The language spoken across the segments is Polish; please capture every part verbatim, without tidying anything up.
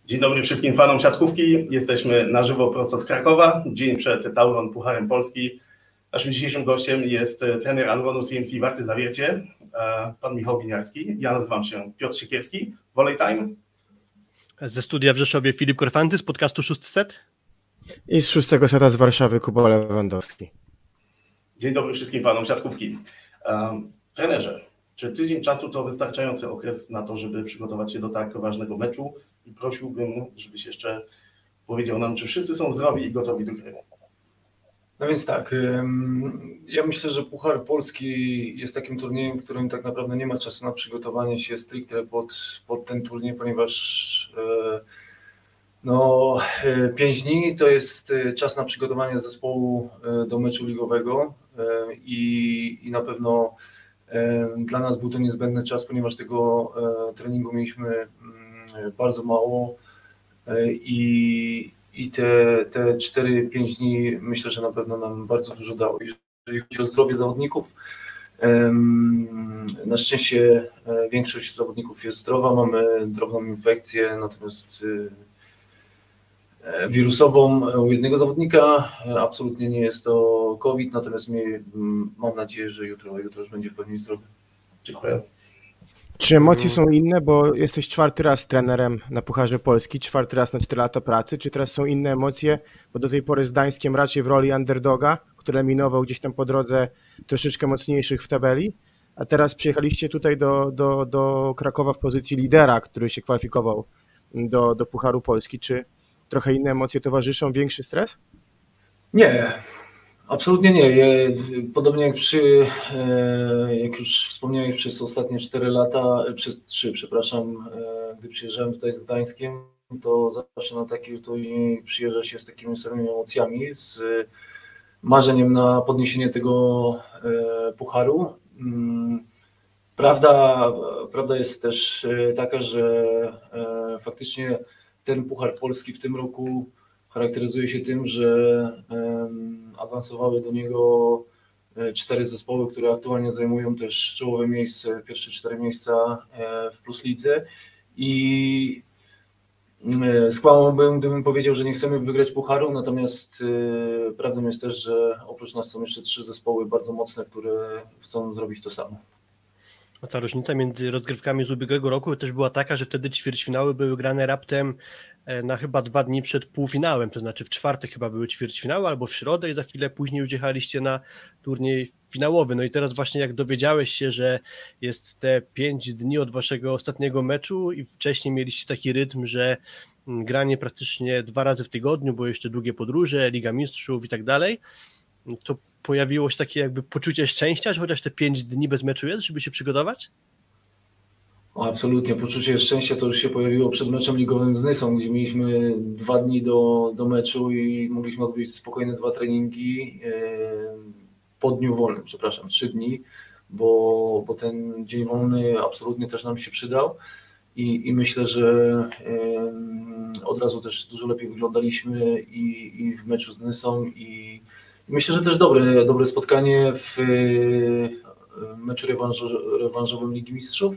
Dzień dobry wszystkim fanom siatkówki. Jesteśmy na żywo prosto z Krakowa, dzień przed Tauron Pucharem Polski. Naszym dzisiejszym gościem jest trener Alronu C M C Warty Zawiercie, pan Michał Winiarski. Ja nazywam się Piotr Siekierski. Volley Time. Ze studia w Rzeszowie Filip Korfanty z podcastu Szósty Set. I z szóstego seta z Warszawy Kuba Lewandowski. Dzień dobry wszystkim fanom siatkówki. Um, trenerze, czy tydzień czasu to wystarczający okres na to, żeby przygotować się do tak ważnego meczu? I prosiłbym, żebyś jeszcze powiedział nam, czy wszyscy są zdrowi i gotowi do gry. No więc tak, ja myślę, że Puchar Polski jest takim turniejem, w którym tak naprawdę nie ma czasu na przygotowanie się stricte pod, pod ten turniej, ponieważ no, pięć dni to jest czas na przygotowanie zespołu do meczu ligowego i, i na pewno dla nas był to niezbędny czas, ponieważ tego treningu mieliśmy bardzo mało i, i te, te cztery pięć dni myślę, że na pewno nam bardzo dużo dało. Jeżeli chodzi o zdrowie zawodników, na szczęście większość zawodników jest zdrowa, mamy drobną infekcję, natomiast wirusową u jednego zawodnika, absolutnie nie jest to COVID, natomiast my, mam nadzieję, że jutro, jutro już będzie w pełni zdrowy. Dziękuję. Czy emocje są inne, bo jesteś czwarty raz trenerem na Pucharze Polski, czwarty raz na cztery lata pracy, czy teraz są inne emocje, bo do tej pory z Gdańskiem raczej w roli underdoga, który eliminował gdzieś tam po drodze troszeczkę mocniejszych w tabeli, a teraz przyjechaliście tutaj do, do, do Krakowa w pozycji lidera, który się kwalifikował do, do Pucharu Polski. Czy trochę inne emocje towarzyszą, większy stres? Nie. Absolutnie nie. Podobnie jak przy, jak już wspomniałem, przez ostatnie cztery lata, przez trzy, przepraszam, gdy przyjeżdżałem tutaj z Gdańskiem, to zawsze na taki turniej przyjeżdża się z takimi samymi emocjami, z marzeniem na podniesienie tego pucharu. Prawda, prawda jest też taka, że faktycznie ten Puchar Polski w tym roku charakteryzuje się tym, że awansowały do niego cztery zespoły, które aktualnie zajmują też czołowe miejsce, pierwsze cztery miejsca w Plus Lidze i skłamałbym, gdybym powiedział, że nie chcemy wygrać pucharu, natomiast prawdą jest też, że oprócz nas są jeszcze trzy zespoły bardzo mocne, które chcą zrobić to samo. A ta różnica między rozgrywkami z ubiegłego roku też była taka, że wtedy ćwierćfinały były grane raptem na chyba dwa dni przed półfinałem, to znaczy w czwartek chyba były ćwierćfinały albo w środę i za chwilę później już jechaliście na turniej finałowy. No i teraz właśnie jak dowiedziałeś się, że jest te pięć dni od waszego ostatniego meczu i wcześniej mieliście taki rytm, że granie praktycznie dwa razy w tygodniu, bo jeszcze długie podróże, Liga Mistrzów i tak dalej, to pojawiło się takie jakby poczucie szczęścia, że chociaż te pięć dni bez meczu jest, żeby się przygotować? Absolutnie, poczucie szczęścia to już się pojawiło przed meczem ligowym z Nysą, gdzie mieliśmy dwa dni do, do meczu i mogliśmy odbyć spokojne dwa treningi po dniu wolnym, przepraszam, trzy dni, bo, bo ten dzień wolny absolutnie też nam się przydał i, i myślę, że od razu też dużo lepiej wyglądaliśmy i, i w meczu z Nysą i myślę, że też dobre, dobre spotkanie w meczu rewanżowym Ligi Mistrzów.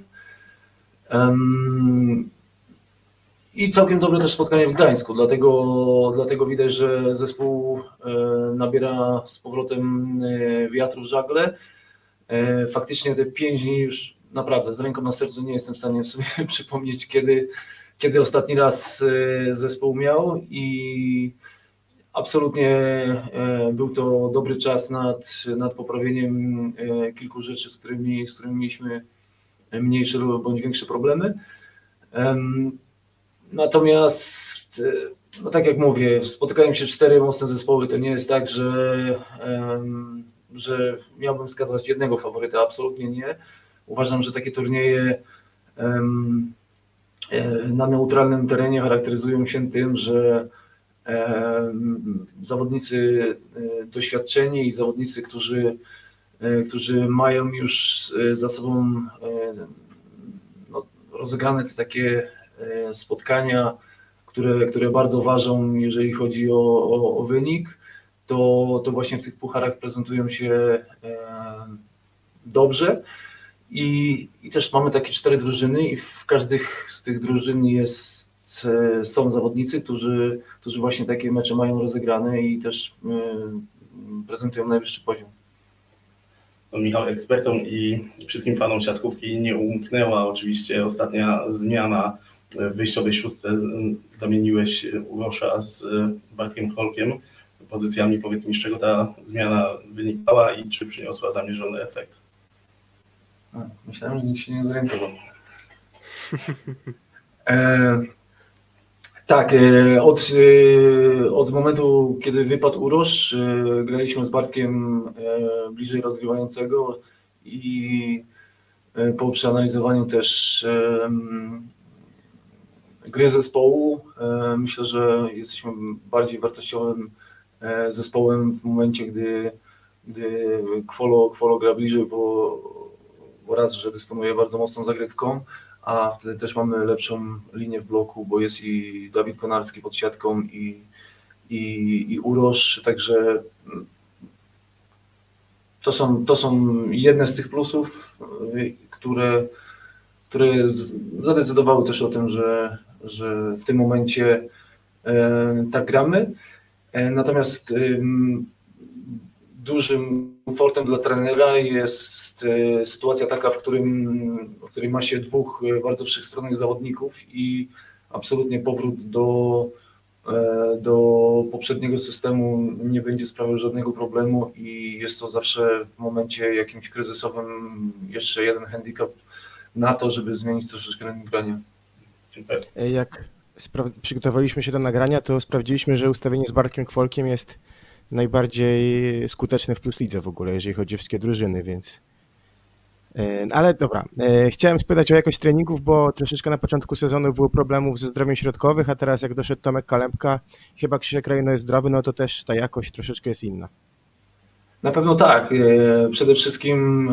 I całkiem dobre też spotkanie w Gdańsku, dlatego, dlatego widać, że zespół nabiera z powrotem wiatru w żagle. Faktycznie te pięć dni już naprawdę z ręką na sercu nie jestem w stanie sobie przypomnieć, kiedy, kiedy ostatni raz zespół miał i absolutnie był to dobry czas nad, nad poprawieniem kilku rzeczy, z którymi, z którymi mieliśmy mniejsze bądź większe problemy. Natomiast, no tak jak mówię, spotykają się cztery mocne zespoły, to nie jest tak, że, że miałbym wskazać jednego faworyta, absolutnie nie. Uważam, że takie turnieje na neutralnym terenie charakteryzują się tym, że zawodnicy doświadczeni i zawodnicy, którzy, którzy mają już za sobą no, rozegrane te takie spotkania, które, które bardzo ważą, jeżeli chodzi o, o, o wynik, to, to właśnie w tych pucharach prezentują się dobrze. I, I też mamy takie cztery drużyny i w każdych z tych drużyn jest Natomiast są zawodnicy, którzy, którzy właśnie takie mecze mają rozegrane i też prezentują najwyższy poziom. No, Michał, ekspertom i wszystkim fanom siatkówki nie umknęła oczywiście ostatnia zmiana w wyjściowej szóstce. Zamieniłeś Urosza z Bartkiem Holkiem pozycjami. Powiedz mi, z czego ta zmiana wynikała i czy przyniosła zamierzony efekt? A, myślałem, że nikt się nie zorientował. E, tak, e, od, e, od momentu, kiedy wypadł Urosz, e, graliśmy z Bartkiem e, bliżej rozgrywającego i e, po przeanalizowaniu też e, gry zespołu, e, myślę, że jesteśmy bardziej wartościowym e, zespołem w momencie, gdy, gdy Kwolo, Kwolo gra bliżej, bo, bo raz, że dysponuje bardzo mocną zagrywką, a wtedy też mamy lepszą linię w bloku, bo jest i Dawid Konarski pod siatką i, i, i Urosz, także to są, to są jedne z tych plusów, które, które zadecydowały też o tym, że, że w tym momencie e, tak gramy. E, natomiast e, dużym komfortem dla trenera jest sytuacja taka, w, którym, w której ma się dwóch bardzo wszechstronnych zawodników i absolutnie powrót do, do poprzedniego systemu nie będzie sprawiał żadnego problemu i jest to zawsze w momencie jakimś kryzysowym jeszcze jeden handicap na to, żeby zmienić troszeczkę granie. Jak przygotowaliśmy się do nagrania, to sprawdziliśmy, że ustawienie z Bartkiem Kwolkiem jest najbardziej skuteczny w Plus Lidze w ogóle, jeżeli chodzi o wszystkie drużyny, więc... Ale dobra, chciałem spytać o jakość treningów, bo troszeczkę na początku sezonu było problemów ze zdrowiem środkowych, a teraz jak doszedł Tomek Kalembka, chyba Krzysiek Rejno jest zdrowy, no to też ta jakość troszeczkę jest inna. Na pewno tak. Przede wszystkim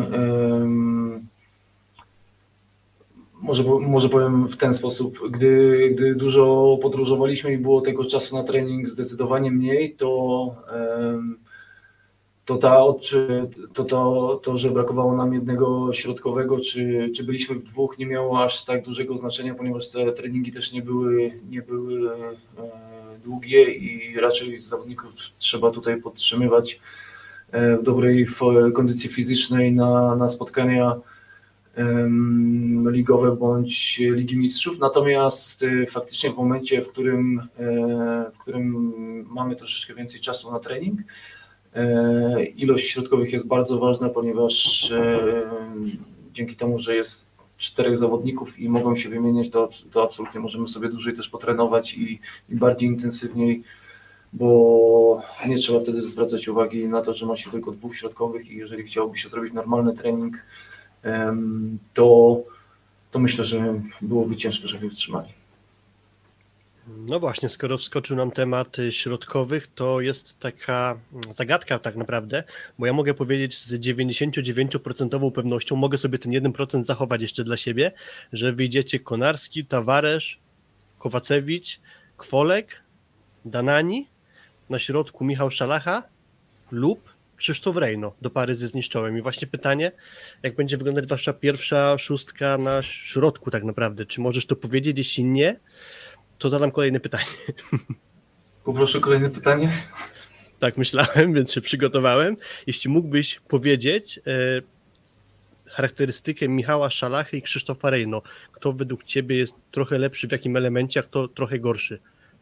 może, może powiem w ten sposób, gdy, gdy dużo podróżowaliśmy i było tego czasu na trening zdecydowanie mniej, to to, ta, czy, to, to, to, że brakowało nam jednego środkowego, czy, czy byliśmy w dwóch, nie miało aż tak dużego znaczenia, ponieważ te treningi też nie były, nie były e, długie i raczej zawodników trzeba tutaj podtrzymywać e, w dobrej kondycji fizycznej na, na spotkania e, ligowe bądź Ligi Mistrzów. Natomiast e, faktycznie w momencie, w którym, e, w którym mamy troszeczkę więcej czasu na trening, ilość środkowych jest bardzo ważna, ponieważ dzięki temu, że jest czterech zawodników i mogą się wymieniać, to, to absolutnie możemy sobie dłużej też potrenować i, i bardziej intensywniej, bo nie trzeba wtedy zwracać uwagi na to, że ma się tylko dwóch środkowych i jeżeli chciałoby się zrobić normalny trening, to, to myślę, że byłoby ciężko, żeby wytrzymali. No właśnie, skoro wskoczył nam temat środkowych, to jest taka zagadka tak naprawdę, bo ja mogę powiedzieć z dziewięćdziesiąt dziewięć procent pewnością, mogę sobie ten jeden procent zachować jeszcze dla siebie, że wyjdziecie Konarski, Tawaresz, Kowacewicz, Kwolek, Danani, na środku Michał Szalacha lub Krzysztof Rejno do pary ze Zniszczołem. I właśnie pytanie, jak będzie wyglądać wasza pierwsza szóstka na środku tak naprawdę? Czy możesz to powiedzieć? Jeśli nie, to zadam kolejne pytanie. Poproszę kolejne pytanie. Tak myślałem, więc się przygotowałem. Jeśli mógłbyś powiedzieć e, charakterystykę Michała Szalachy i Krzysztofa Rejno. Kto według ciebie jest trochę lepszy w jakim elemencie, a kto trochę gorszy?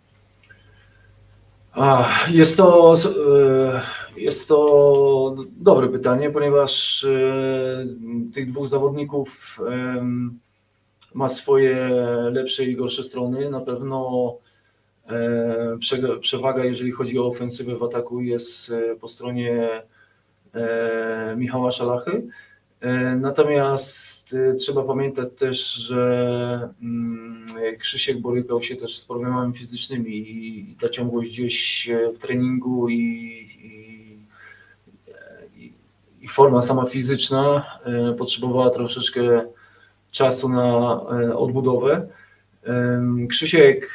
A, jest to jest to dobre pytanie, ponieważ tych dwóch zawodników ma swoje lepsze i gorsze strony. Na pewno przewaga, jeżeli chodzi o ofensywę w ataku, jest po stronie Michała Szalachy. Natomiast trzeba pamiętać też, że Krzysiek borykał się też z problemami fizycznymi i ta ciągłość gdzieś w treningu i, i, i forma sama fizyczna potrzebowała troszeczkę czasu na odbudowę. Krzysiek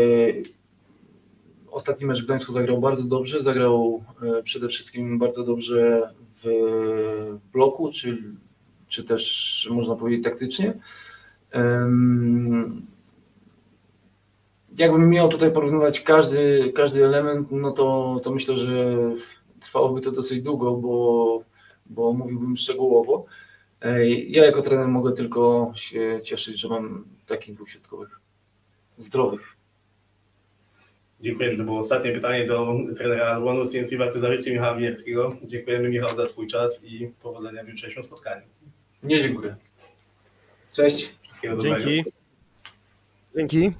ostatni mecz w Gdańsku zagrał bardzo dobrze, zagrał przede wszystkim bardzo dobrze w bloku, czy, czy też można powiedzieć taktycznie. jakbym miał tutaj porównywać każdy, każdy element, no to, to myślę, że trwałoby to dosyć długo, bo, bo mówiłbym szczegółowo. Ja jako trener mogę tylko się cieszyć, że mam takich dwóch środkowych, zdrowych. Dziękujemy. To było ostatnie pytanie do trenera Alwonu C N C Warty Zawiercie, Michała Winiarskiego. Dziękujemy, Michał, za Twój czas i powodzenia w jutrzejszym spotkaniu. Nie, dziękuję. Cześć. Wszystkiego dobrego. Dzięki. Dzięki.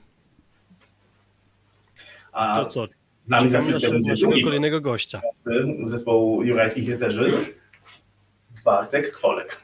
A To co? z nami za Czekamy chwilkę naszego, będzie naszego drugi kolejnego gościa. zespołu Jurajskich Rycerzy, Bartek Kwolek.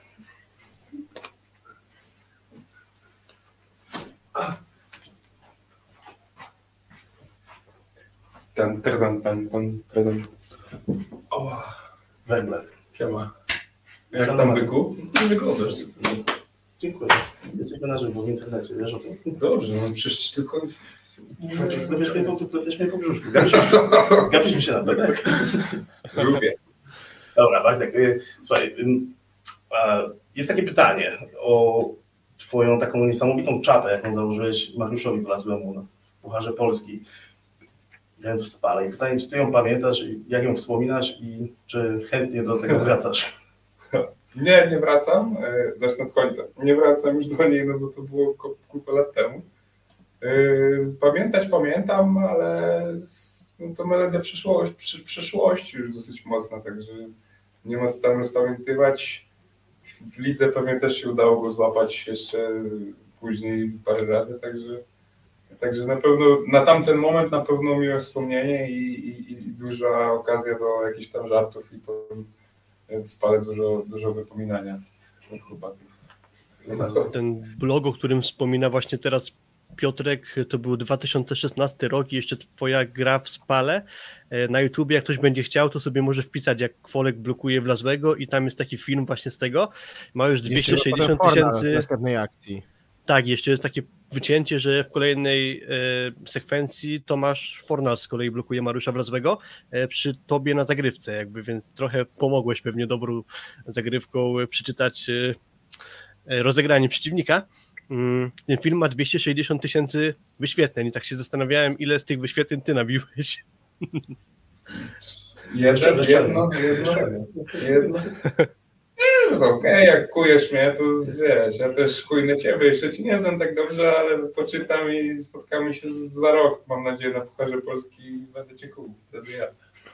Ten, ten, ten, ten, ten. O, Węgler. siema. Jak tam, byku? Nie wyglądasz. Dziękuję. Jesteśmy na żywo w internecie, wiesz o tym? Dobrze, no przecież tylko... Wiesz mnie po, wiesz mnie po brzuszku. Gapisz mi się na to, tak? Lubię. Dobra, Bartek, y, słuchaj, y, a, jest takie pytanie o Twoją taką niesamowitą czapę, jaką założyłeś Mariuszowi Wlasłemu na Pucharze Polski, grając w Spale. I pytanie, czy Ty ją pamiętasz, jak ją wspominasz i czy chętnie do tego wracasz? Nie, nie wracam. E, Zacznę od końca. Nie wracam już do niej, no bo to było ko- kupę lat temu. E, Pamiętać pamiętam, ale s- no to melodia przyszłości, przy, przyszłości już dosyć mocna, także nie ma co tam rozpamiętywać. W lidze pewnie też się udało go złapać jeszcze później parę razy, także, także na pewno na tamten moment na pewno miłe wspomnienie i, i, i duża okazja do jakichś tam żartów i po, w Spale dużo, dużo wypominania od chłopaków. Ten blog, o którym wspomina właśnie teraz Piotrek, to był dwa tysiące szesnasty rok i jeszcze twoja gra w Spale. Na YouTubie, jak ktoś będzie chciał, to sobie może wpisać, jak Kwolek blokuje Wlazłego i tam jest taki film właśnie z tego. Ma już dwieście sześćdziesiąt tysięcy... w następnej akcji. Tak, jeszcze jest takie wycięcie, że w kolejnej e, sekwencji Tomasz Fornal z kolei blokuje Mariusza Wlazłego e, przy tobie na zagrywce, jakby, więc trochę pomogłeś pewnie dobrą zagrywką e, przeczytać e, rozegranie przeciwnika. Mm, ten film ma dwieście sześćdziesiąt tysięcy wyświetleń i tak się zastanawiałem, ile z tych wyświetleń ty nabiłeś. Jedno, jedno, jedno, jedno. Nie, no okej, okay, jak kujesz mnie, to z- wiesz, ja też kujnę ciebie, jeszcze ci nie znam tak dobrze, ale poczytam i spotkamy się z- za rok, mam nadzieję, na Pucharze Polski i będę cię kuł, wtedy ja.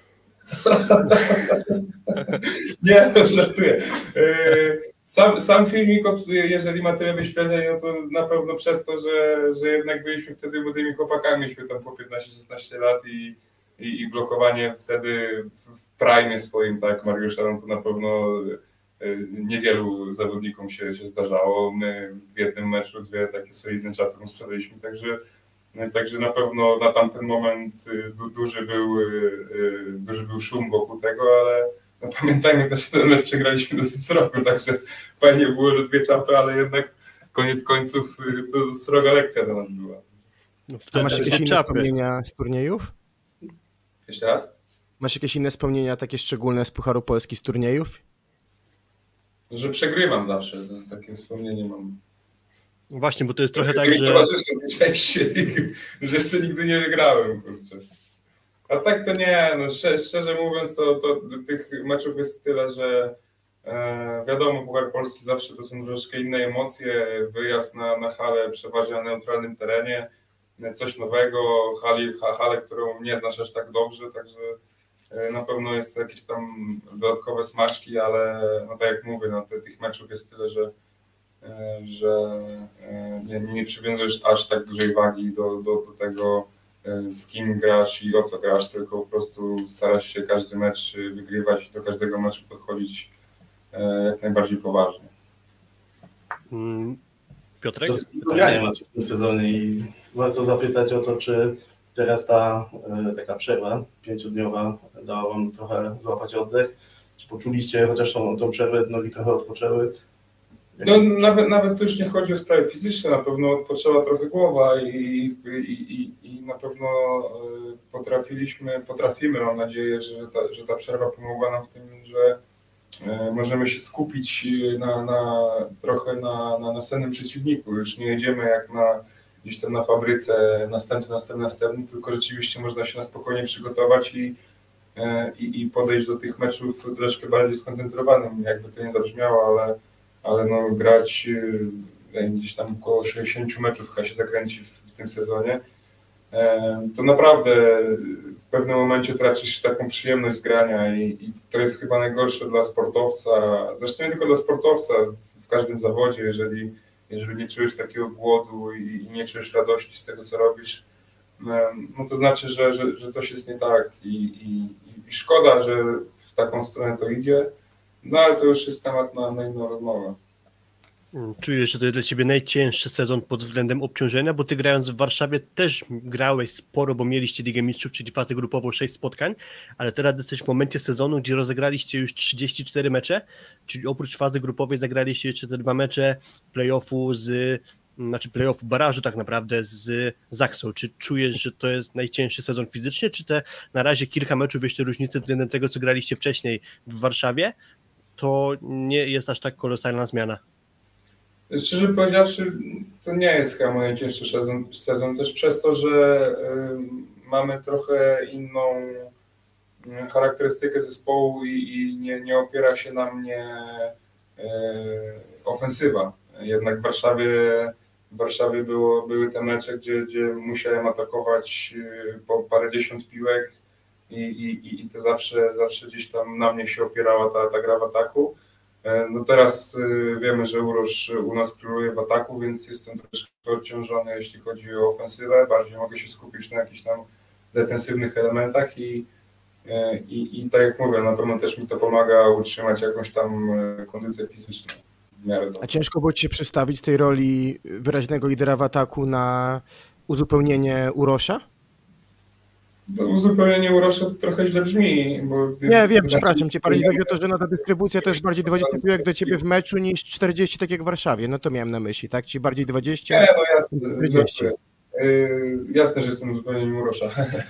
Nie, no żartuję. Yy, Sam, sam filmik, jeżeli ma tyle wyświetleń, no to na pewno przez to, że, że jednak byliśmy wtedy młodymi chłopakami, mieliśmy tam po piętnaście szesnaście lat i, i, i blokowanie wtedy w prime swoim, tak, Mariusza, no to na pewno y, niewielu zawodnikom się, się zdarzało. My w jednym meczu dwie takie solidne czaty sprzedaliśmy, także, także na pewno na tamten moment y, du, duży, był, y, y, duży był szum wokół tego, ale no pamiętajmy też, że ten mecz przegraliśmy dosyć srogo, także fajnie było, że dwie czapy, ale jednak koniec końców y, to sroga lekcja dla nas była. No, To masz wtedy jakieś inne czapy. wspomnienia z turniejów? Jeszcze raz? Masz jakieś inne wspomnienia takie szczególne z Pucharu Polski z turniejów? Że przegrywam zawsze, to takie wspomnienie mam. Właśnie, bo to jest trochę To tak, jest mi że... towarzyszy najczęściej, że jeszcze nigdy nie wygrałem, kurczę. A tak to nie, no szczerze, szczerze mówiąc, to, to tych meczów jest tyle, że e, wiadomo, Puchar Polski zawsze to są troszkę inne emocje, wyjazd na, na halę przeważnie na neutralnym terenie, coś nowego, hali, ha, halę, którą nie znasz aż tak dobrze, także e, na pewno jest to jakieś tam dodatkowe smaczki, ale no tak jak mówię, no, te, tych meczów jest tyle, że, e, że e, nie, nie przywiązujesz aż tak dużej wagi do, do, do tego, z kim grasz i o co grasz, tylko po prostu starasz się każdy mecz wygrywać i do każdego meczu podchodzić jak najbardziej poważnie. Mm, Piotrek? To spotkanie macie w tym sezonie i warto zapytać o to, czy teraz ta e, taka przerwa pięciodniowa dała wam trochę złapać oddech, czy poczuliście chociaż tą, tą przerwę, nogi trochę odpoczęły? No nawet, nawet to już nie chodzi o sprawy fizyczne, na pewno odpoczęła trochę głowa i, i, i, i na pewno potrafiliśmy, potrafimy, mam nadzieję, że ta, że ta przerwa pomogła nam w tym, że możemy się skupić na, na, trochę na, na następnym przeciwniku. Już nie jedziemy jak na, gdzieś tam na fabryce następny, następny, następny, tylko rzeczywiście można się na spokojnie przygotować i, i, i podejść do tych meczów troszkę bardziej skoncentrowanym, jakby to nie zabrzmiało, ale, ale no grać gdzieś tam około sześćdziesiąt meczów chyba się zakręci w, w tym sezonie, to naprawdę w pewnym momencie tracisz taką przyjemność z grania i, i to jest chyba najgorsze dla sportowca, zresztą nie tylko dla sportowca, w każdym zawodzie, jeżeli, jeżeli nie czujesz takiego głodu i, i nie czujesz radości z tego, co robisz, no to znaczy, że, że, że coś jest nie tak i, i, i szkoda, że w taką stronę to idzie, no ale to już jest temat na, na inną rozmowę. Czujesz, że to jest dla ciebie najcięższy sezon pod względem obciążenia, bo ty grając w Warszawie też grałeś sporo, bo mieliście Ligę Mistrzów, czyli fazę grupową, sześć spotkań, ale teraz jesteś w momencie sezonu, gdzie rozegraliście już trzydzieści cztery mecze, czyli oprócz fazy grupowej zagraliście jeszcze te dwa mecze play-offu z, znaczy play-offu barażu tak naprawdę z Zaksą. Czy czujesz, że to jest najcięższy sezon fizycznie, czy te na razie kilka meczów jeszcze różnicy względem tego, co graliście wcześniej w Warszawie, to nie jest aż tak kolosalna zmiana? Szczerze powiedziawszy, to nie jest chyba mój najcięższy sezon, sezon też przez to, że y, mamy trochę inną charakterystykę zespołu i, i nie, nie opiera się na mnie y, ofensywa. Jednak w Warszawie, w Warszawie było, były te mecze, gdzie, gdzie musiałem atakować y, po parędziesiąt piłek i, i, i to zawsze, zawsze gdzieś tam na mnie się opierała ta, ta gra w ataku. No teraz wiemy, że Urosz u nas króluje w ataku, więc jestem troszkę odciążony, jeśli chodzi o ofensywę. Bardziej mogę się skupić na jakichś tam defensywnych elementach i, i, i tak jak mówię, na pewno też mi to pomaga utrzymać jakąś tam kondycję fizyczną. W miarę dobrze. A ciężko było ci się przestawić z tej roli wyraźnego lidera w ataku na uzupełnienie Urosza? To uzupełnienie Urosza to trochę źle brzmi, bo... Nie, wiem, przepraszam cię, bardziej chodzi o to, że no ta dystrybucja to jest bardziej dwadzieścia piłek do ciebie w meczu niż czterdzieści tak jak w Warszawie, no to miałem na myśli, tak? Czyli bardziej dwadzieścia? Nie, no jasne, czterdzieści. Yy, jasne, że jestem uzupełnieniem Urosza.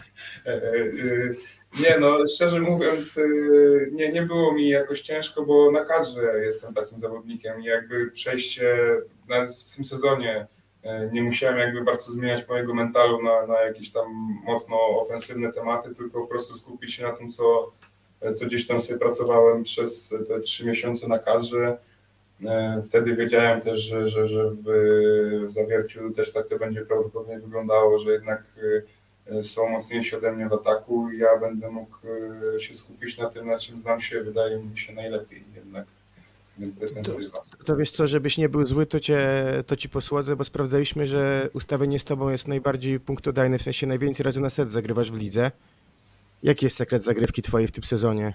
yy, nie no, szczerze mówiąc, yy, nie, nie było mi jakoś ciężko, bo na kadrze jestem takim zawodnikiem i jakby przejście nawet w tym sezonie nie musiałem jakby bardzo zmieniać mojego mentalu na, na jakieś tam mocno ofensywne tematy, tylko po prostu skupić się na tym, co, co gdzieś tam sobie pracowałem przez te trzy miesiące na kadrze. Wtedy wiedziałem też, że, że, że w Zawierciu też tak to będzie prawdopodobnie wyglądało, że jednak są mocniejsi ode mnie w ataku i ja będę mógł się skupić na tym, na czym znam się, wydaje mi się najlepiej jednak. Więc defensywa. To, to wiesz co, żebyś nie był zły, to, cię, to ci posłodzę, bo sprawdzaliśmy, że ustawienie z tobą jest najbardziej punktodajne, w sensie najwięcej razy na set zagrywasz w lidze. Jaki jest sekret zagrywki twojej w tym sezonie?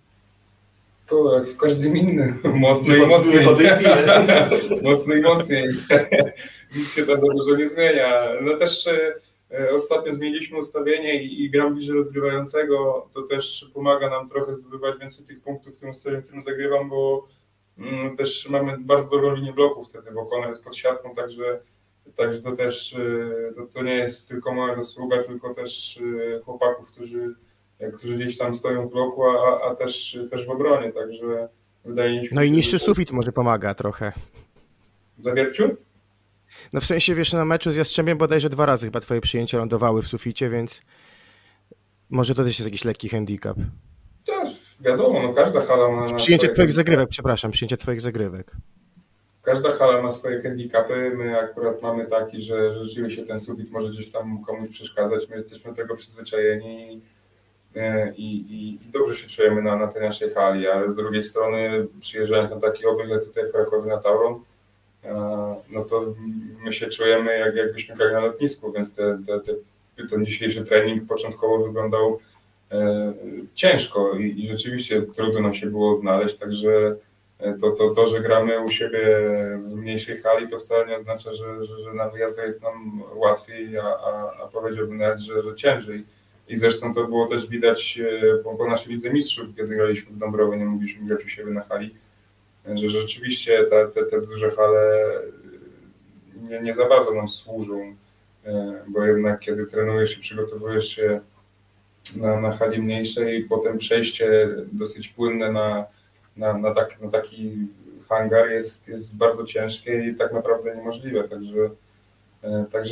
To jak w każdym innym. Mocno i mocniej. Mocno i mocniej. Nic się tam dużo nie zmienia. No też e, ostatnio zmieniliśmy ustawienie i, i gram bliżej rozgrywającego. To też pomaga nam trochę zdobywać więcej tych punktów w tym ustawieniu, w którym zagrywam, bo mm, też mamy bardzo dobrą linię bloków wtedy, bo Konor jest pod siatką, także, także to też to, to nie jest tylko moja zasługa, tylko też chłopaków, którzy którzy gdzieś tam stoją w bloku, a, a też, też w obronie, także wydaje mi się... No i że niższy to... sufit może pomaga trochę. W Zawierciu? No w sensie, wiesz, na meczu z Jastrzębiem bodajże dwa razy chyba twoje przyjęcia lądowały w suficie, więc może to też jest jakiś lekki handicap. To wiadomo, no każda hala ma... Przyjęcie twoich zagrywek, przepraszam, przyjęcie twoich zagrywek. Każda hala ma swoje handicapy, my akurat mamy taki, że rzeczywiście ten sufit może gdzieś tam komuś przeszkadzać, my jesteśmy do tego przyzwyczajeni i, i, i dobrze się czujemy na, na tej naszej hali, ale z drugiej strony przyjeżdżając na taki obieg jak tutaj w Krakowie na Tauron, no to my się czujemy jak jakbyśmy grali na lotnisku, więc te, te, te, ten dzisiejszy trening początkowo wyglądał e, ciężko i, i rzeczywiście trudno nam się było odnaleźć, także to, to, to, że gramy u siebie w mniejszej hali, to wcale nie oznacza, że, że, że na wyjazdach jest nam łatwiej, a, a, a powiedziałbym nawet, że, że ciężej. I zresztą to było też widać po, po naszej Lidze Mistrzów, kiedy graliśmy w Dąbrowie, nie mogliśmy grać u siebie na hali, że rzeczywiście te, te, te duże hale nie, nie za bardzo nam służą, bo jednak kiedy trenujesz i przygotowujesz się na, na hali mniejszej, potem przejście dosyć płynne na, na, na, tak, na taki hangar jest, jest bardzo ciężkie i tak naprawdę niemożliwe, także, także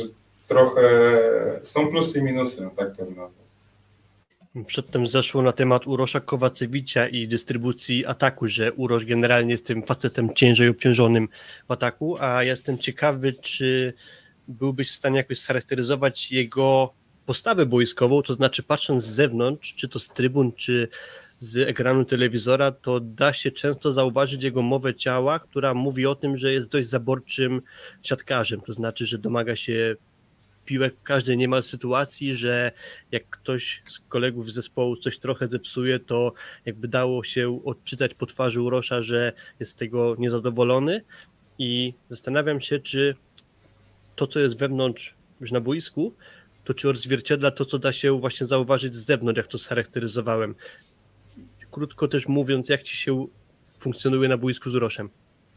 trochę są plusy i minusy, no tak to nazwę. Przedtem zeszło na temat Urosza Kowacewicza i dystrybucji ataku, że Urosz generalnie jest tym facetem ciężej obciążonym w ataku, a jestem ciekawy, czy byłbyś w stanie jakoś scharakteryzować jego postawę boiskową, to znaczy patrząc z zewnątrz, czy to z trybun, czy z ekranu telewizora, to da się często zauważyć jego mowę ciała, która mówi o tym, że jest dość zaborczym siatkarzem, to znaczy, że domaga się piłek w każdej niemal sytuacji, że jak ktoś z kolegów z zespołu coś trochę zepsuje, to jakby dało się odczytać po twarzy Urosza, że jest z tego niezadowolony i zastanawiam się, czy to, co jest wewnątrz już na boisku, to czy odzwierciedla to, co da się właśnie zauważyć z zewnątrz, jak to scharakteryzowałem. Krótko też mówiąc, jak ci się funkcjonuje na boisku z Uroszem?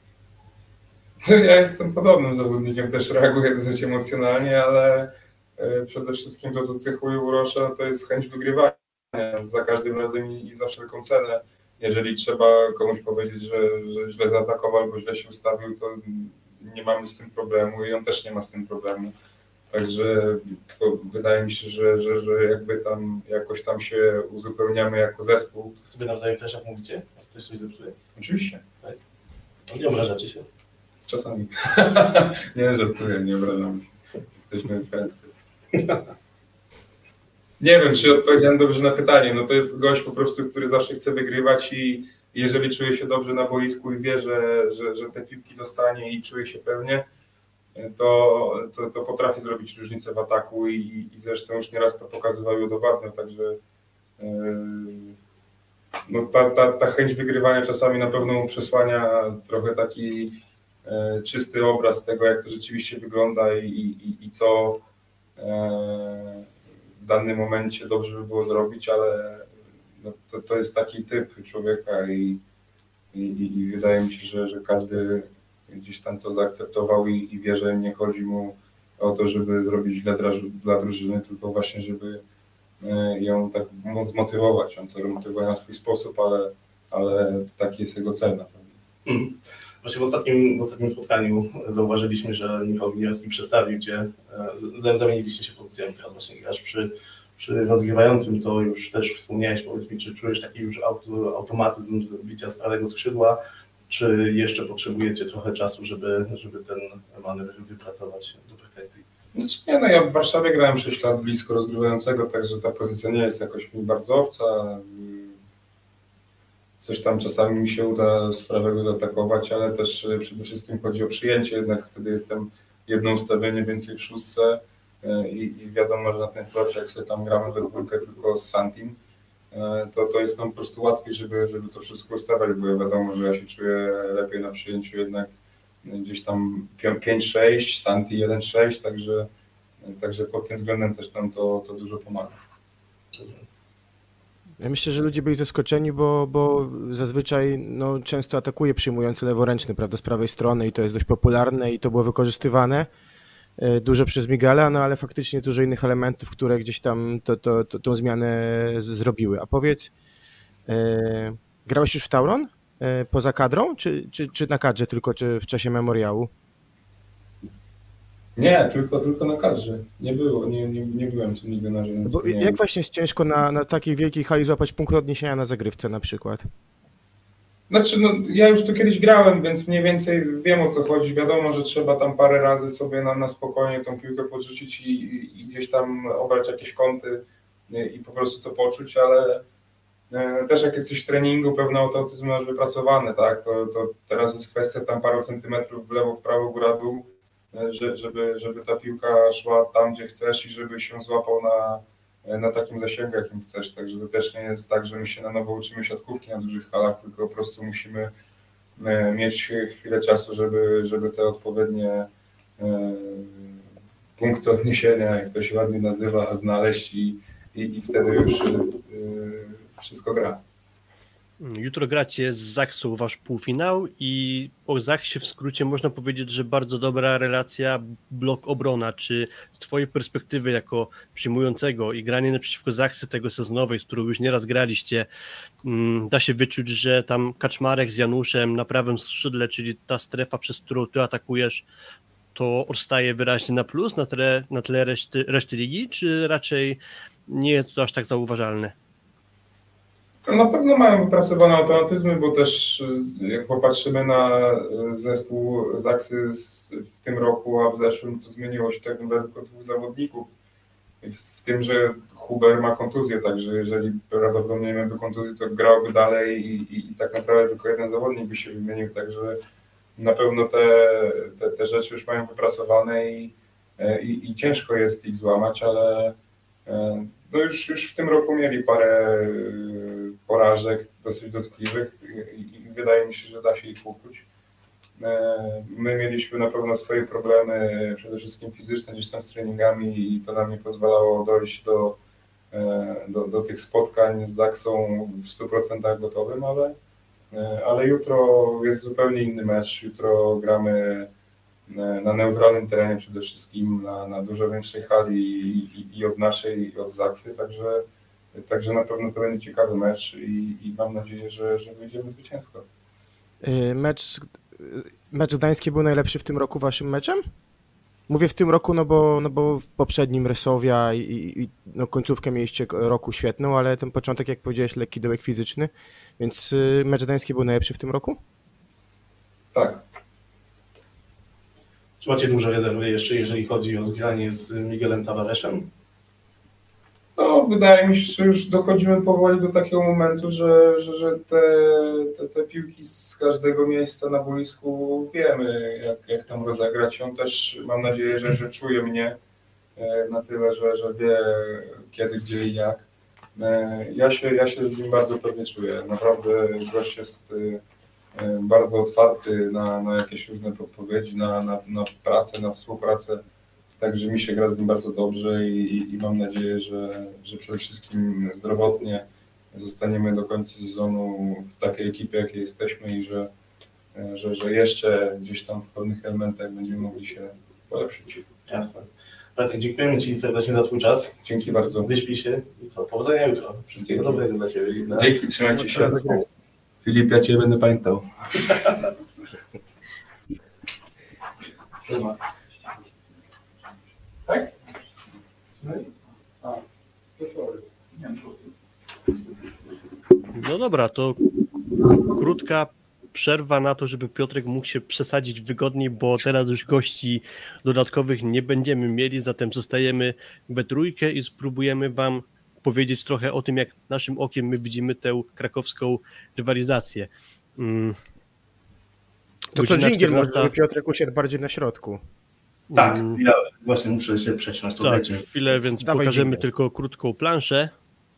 Ja jestem podobnym zawodnikiem, też reaguję dosyć emocjonalnie, ale przede wszystkim to, co cechuje Urosza, to jest chęć wygrywania za każdym razem i za wszelką cenę. Jeżeli trzeba komuś powiedzieć, że, że źle zaatakował albo źle się ustawił, to nie mamy z tym problemu i on też nie ma z tym problemu. Także wydaje mi się, że, że, że jakby tam jakoś tam się uzupełniamy jako zespół. Sobie nawzajem też jak mówicie? Jak ktoś coś zepsuje? Oczywiście. Tak? No nie obrażacie się? Czasami. Nie, żartuję, nie obrażamy się. Jesteśmy fancy. Nie wiem, czy odpowiedziałem dobrze na pytanie. No to jest gość po prostu, który zawsze chce wygrywać i jeżeli czuje się dobrze na boisku i wie, że, że, że te piłki dostanie i czuje się pewnie, to, to, to potrafi zrobić różnicę w ataku i, i zresztą już nieraz to pokazywał i udowadniał, także yy, no ta, ta, ta chęć wygrywania czasami na pewno mu przesłania trochę taki yy, czysty obraz tego, jak to rzeczywiście wygląda i, i, i co yy, w danym momencie dobrze by było zrobić, ale no to, to jest taki typ człowieka i, i, i wydaje mi się, że, że każdy gdzieś tam to zaakceptował i, i wie, że nie chodzi mu o to, żeby zrobić źle dla, dla drużyny, tylko właśnie, żeby ją tak móc zmotywować. On to motywuje na swój sposób, ale, ale taki jest jego cel na pewno. Hmm. Właśnie w ostatnim, w ostatnim spotkaniu zauważyliśmy, że Michał Winiarski przestawił Cię, z, zamieniliście się pozycjami, teraz właśnie grasz przy, przy rozgrywającym, to już też wspomniałeś, powiedz mi, czy czujesz taki już auto, automatyzm bicia z prawego skrzydła, czy jeszcze potrzebujecie trochę czasu, żeby, żeby ten manewr wypracować do perfekcji? Znaczy nie, no ja w Warszawie grałem sześć lat blisko rozgrywającego, także ta pozycja nie jest jakoś mi bardzo obca. Coś tam czasami mi się uda z prawego zaatakować, ale też przede wszystkim chodzi o przyjęcie, jednak wtedy jestem jedno ustawienie więcej w szóstce i, i wiadomo, że na tym flocie, jak sobie tam gramy we dwójkę tylko z Santim, to, to jest nam po prostu łatwiej, żeby, żeby to wszystko ustawiać, bo ja wiadomo, że ja się czuję lepiej na przyjęciu jednak gdzieś tam pięć sześć, Santi jeden sześć, także, także pod tym względem też nam to, to dużo pomaga. Ja myślę, że ludzie byli zaskoczeni, bo, bo zazwyczaj no, często atakuje przyjmujący leworęczny, prawda, z prawej strony i to jest dość popularne i to było wykorzystywane dużo przez Miguela, no ale faktycznie dużo innych elementów, które gdzieś tam to, to, to, tą zmianę z, zrobiły. A powiedz, e, grałeś już w Tauron e, poza kadrą, czy, czy, czy na kadrze tylko, czy w czasie memoriału? Nie, tylko, tylko na kadrze. Nie było, nie, nie, nie byłem tu nigdy na żadnym. Bo jak właśnie jest ciężko na, na takiej wielkiej hali złapać punkt odniesienia na zagrywce na przykład? Znaczy, no, ja już tu kiedyś grałem, więc mniej więcej wiem, o co chodzi. Wiadomo, że trzeba tam parę razy sobie na, na spokojnie tą piłkę podrzucić i, i, i gdzieś tam obrać jakieś kąty i, i po prostu to poczuć, ale e, też jak jesteś w treningu, pewny automatyzm masz wypracowany, tak? To, to teraz jest kwestia tam paru centymetrów w lewo, w prawo, góra, dół, że, żeby, żeby ta piłka szła tam, gdzie chcesz i żeby się złapał na na takim zasięgu, jakim chcesz. Także to też nie jest tak, że my się na nowo uczymy siatkówki na dużych halach, tylko po prostu musimy mieć chwilę czasu, żeby, żeby te odpowiednie punkty odniesienia, jak to się ładnie nazywa, znaleźć i, i, i wtedy już wszystko gra. Jutro gracie z Zaksą wasz półfinał i o Zaksie w skrócie można powiedzieć, że bardzo dobra relacja blok-obrona. Czy z twojej perspektywy jako przyjmującego i granie naprzeciwko Zaksy tego sezonowej, z którą już nieraz graliście, da się wyczuć, że tam Kaczmarek z Januszem na prawym skrzydle, czyli ta strefa, przez którą ty atakujesz, to odstaje wyraźnie na plus na tle, na tle reszty, reszty ligi, czy raczej nie jest to aż tak zauważalne? Na pewno mają wypracowane automatyzmy, bo też jak popatrzymy na zespół Zaksy w tym roku, a w zeszłym, to zmieniło się tak naprawdę tylko dwóch zawodników. W tym, że Huber ma kontuzję, także jeżeli prawdopodobnie miałby kontuzję, to grałby dalej i, i, i tak naprawdę tylko jeden zawodnik by się wymienił, także na pewno te, te, te rzeczy już mają wypracowane i, i, i ciężko jest ich złamać, ale no już, już w tym roku mieli parę porażek dosyć dotkliwych i, i wydaje mi się, że da się ich ukrócić. My mieliśmy na pewno swoje problemy, przede wszystkim fizyczne, gdzieś tam z treningami i to nam nie pozwalało dojść do, do, do tych spotkań z Zaksą w stu procentach gotowym, ale, ale jutro jest zupełnie inny mecz. Jutro gramy na neutralnym terenie przede wszystkim, na, na dużo większej hali i, i, i od naszej, i od Zaksy, także, także na pewno to będzie ciekawy mecz i, i mam nadzieję, że, że wyjdziemy zwycięsko. Mecz, mecz gdański był najlepszy w tym roku waszym meczem? Mówię w tym roku, no bo, no bo w poprzednim Resowia i, i no końcówkę mieliście roku świetną, ale ten początek, jak powiedziałeś, lekki dołek fizyczny, więc mecz gdański był najlepszy w tym roku? Tak. Czy macie duże rezerwy jeszcze, jeżeli chodzi o zgranie z Miguelem Tavareszem? No, wydaje mi się, że już dochodzimy powoli do takiego momentu, że, że, że te, te, te piłki z każdego miejsca na boisku wiemy, jak, jak tam rozegrać. On też mam nadzieję, że, że czuje mnie na tyle, że, że wie kiedy, gdzie i jak. Ja się, ja się z nim bardzo pewnie czuję. Naprawdę gość jest bardzo otwarty na, na jakieś różne podpowiedzi, na, na, na pracę, na współpracę. Także mi się gra z nim bardzo dobrze i, i mam nadzieję, że, że przede wszystkim zdrowotnie zostaniemy do końca sezonu w takiej ekipie, jakiej jesteśmy i że, że, że jeszcze gdzieś tam w pewnych elementach będziemy mogli się polepszyć. Jasne. Bartek, dziękujemy Ci serdecznie za Twój czas. Dzięki bardzo. Wyśpij się i co, powodzenia jutro. Wszystkiego Dzięki. dobrego dla Ciebie. Dla... Dzięki, trzymajcie się. Filip, ja Cię będę pamiętał. Tak? No dobra, to krótka przerwa na to, żeby Piotrek mógł się przesadzić wygodniej, bo teraz już gości dodatkowych nie będziemy mieli, zatem zostajemy we trójkę i spróbujemy Wam powiedzieć trochę o tym, jak naszym okiem my widzimy tę krakowską rywalizację. Hmm. To to dżingiel może, żeby Piotrek usiadł bardziej na środku. Tak, chwilę, właśnie muszę się przesiąść. Tak, chwilę, więc Dawaj pokażemy dżingiel. Tylko krótką planszę.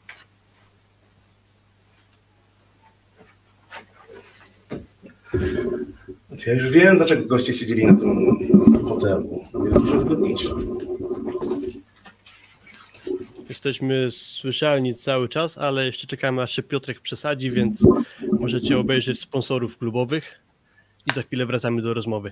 Ja już wiem, dlaczego goście siedzieli na tym fotelu. Jest dużo wygodniejsze. Jesteśmy słyszalni cały czas, ale jeszcze czekamy, aż się Piotrek przesadzi, więc możecie obejrzeć sponsorów klubowych i za chwilę wracamy do rozmowy.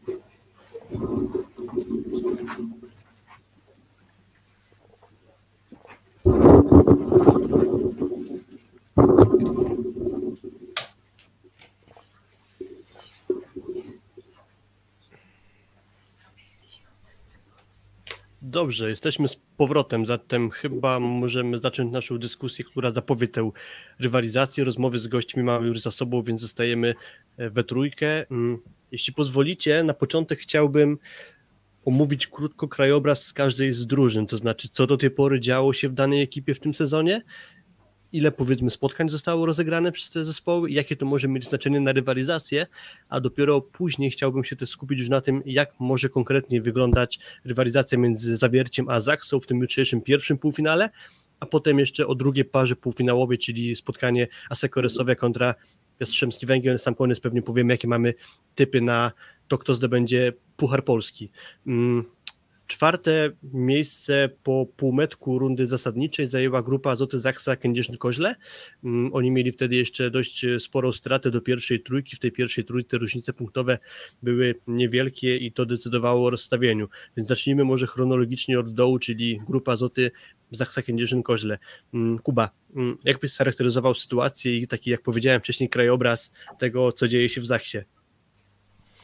Dobrze, jesteśmy z powrotem, zatem chyba możemy zacząć naszą dyskusję, która zapowie tę rywalizację. Rozmowy z gośćmi mamy już za sobą, więc zostajemy we trójkę. Jeśli pozwolicie, na początek chciałbym omówić krótko krajobraz z każdej z drużyn, to znaczy co do tej pory działo się w danej ekipie w tym sezonie, ile powiedzmy spotkań zostało rozegrane przez te zespoły i jakie to może mieć znaczenie na rywalizację, a dopiero później chciałbym się też skupić już na tym, jak może konkretnie wyglądać rywalizacja między Zawierciem a Zaksą w tym jutrzejszym pierwszym półfinale, a potem jeszcze o drugiej parze półfinałowej, czyli spotkanie Asseco Resowia kontra Jastrzębski Węgiel. Na sam koniec pewnie powiemy, jakie mamy typy na to, kto zdobędzie Puchar Polski. Czwarte miejsce po półmetku rundy zasadniczej zajęła grupa Azoty Zaksa Kędzierzyn-Koźle. Oni mieli wtedy jeszcze dość sporą stratę do pierwszej trójki. W tej pierwszej trójce różnice punktowe były niewielkie i to decydowało o rozstawieniu. Więc zacznijmy może chronologicznie od dołu, czyli grupa Azoty Zaksa Kędzierzyn-Koźle. Kuba, jak byś scharakteryzował sytuację i taki, jak powiedziałem wcześniej, krajobraz tego, co dzieje się w Zaksie?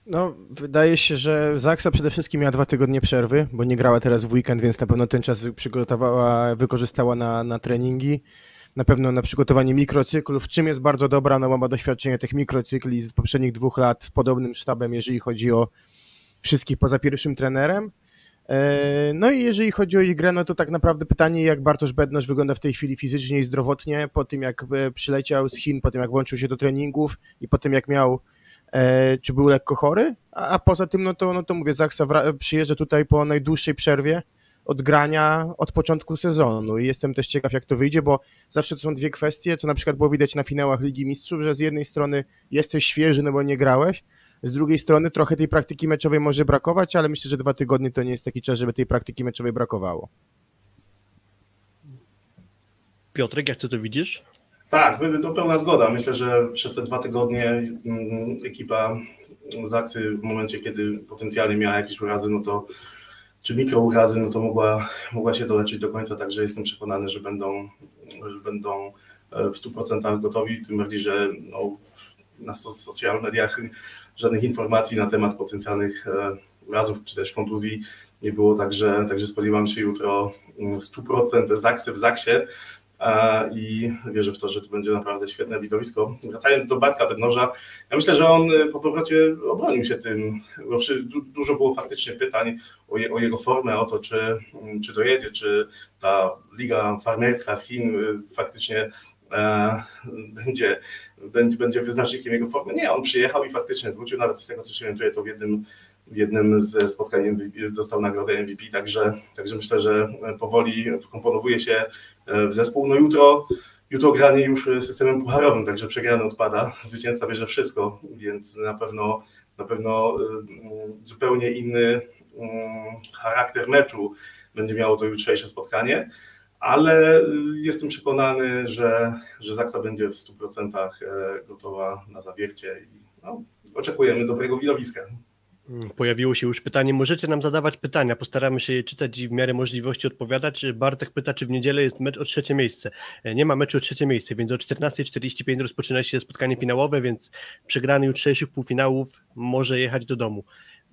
No, wydaje się, że Zaksa przede wszystkim miała dwa tygodnie przerwy, bo nie grała teraz w weekend, więc na pewno ten czas przygotowała, wykorzystała na, na treningi. Na pewno na przygotowanie mikrocyklów, w czym jest bardzo dobra, no bo ma doświadczenie tych mikrocykli z poprzednich dwóch lat z podobnym sztabem, jeżeli chodzi o wszystkich poza pierwszym trenerem. No i jeżeli chodzi o ich grę, no to tak naprawdę pytanie, jak Bartosz Bednosz wygląda w tej chwili fizycznie i zdrowotnie, po tym jak przyleciał z Chin, po tym jak włączył się do treningów i po tym jak miał, czy był lekko chory, a poza tym, no to, no to mówię, Zaksa przyjeżdża tutaj po najdłuższej przerwie od grania od początku sezonu i jestem też ciekaw, jak to wyjdzie, bo zawsze to są dwie kwestie, co na przykład było widać na finałach Ligi Mistrzów, że z jednej strony jesteś świeży, no bo nie grałeś, z drugiej strony trochę tej praktyki meczowej może brakować, ale myślę, że dwa tygodnie to nie jest taki czas, żeby tej praktyki meczowej brakowało. Piotrek, jak ty to widzisz? Tak, to pełna zgoda. Myślę, że przez te dwa tygodnie ekipa Zaksy w momencie, kiedy potencjalnie miała jakieś urazy, no to czy mikrourazy, no to mogła, mogła się doleczyć do końca, także jestem przekonany, że będą, że będą w stu procentach gotowi, tym bardziej, że no, na social mediach żadnych informacji na temat potencjalnych urazów czy też kontuzji nie było, także, także spodziewam się jutro stu procent Zaksy w Zaksie i wierzę w to, że to będzie naprawdę świetne widowisko. Wracając do Bartka Bednosza, ja myślę, że on po powrocie obronił się tym, bo dużo było faktycznie pytań o, je, o jego formę, o to, czy, czy dojedzie, czy ta liga farmerska z Chin faktycznie e, będzie, będzie, będzie wyznacznikiem jego formy. Nie, on przyjechał i faktycznie wrócił, nawet z tego, co się orientuję, to w jednym W jednym ze spotkań M V P dostał nagrodę M V P, także, także myślę, że powoli wkomponowuje się w zespół. No jutro, jutro granie już systemem pucharowym, także przegrany odpada, zwycięzca bierze wszystko, więc na pewno, na pewno zupełnie inny charakter meczu będzie miało to jutrzejsze spotkanie, ale jestem przekonany, że, że Zaksa będzie w stu procentach gotowa na zawiercie i no, oczekujemy dobrego widowiska. Pojawiło się już pytanie, możecie nam zadawać pytania, postaramy się je czytać i w miarę możliwości odpowiadać. Bartek pyta, czy w niedzielę jest mecz o trzecie miejsce. Nie ma meczu o trzecie miejsce, więc o czternasta czterdzieści pięć rozpoczyna się spotkanie finałowe, więc przegrany jutrzejszych półfinałów może jechać do domu.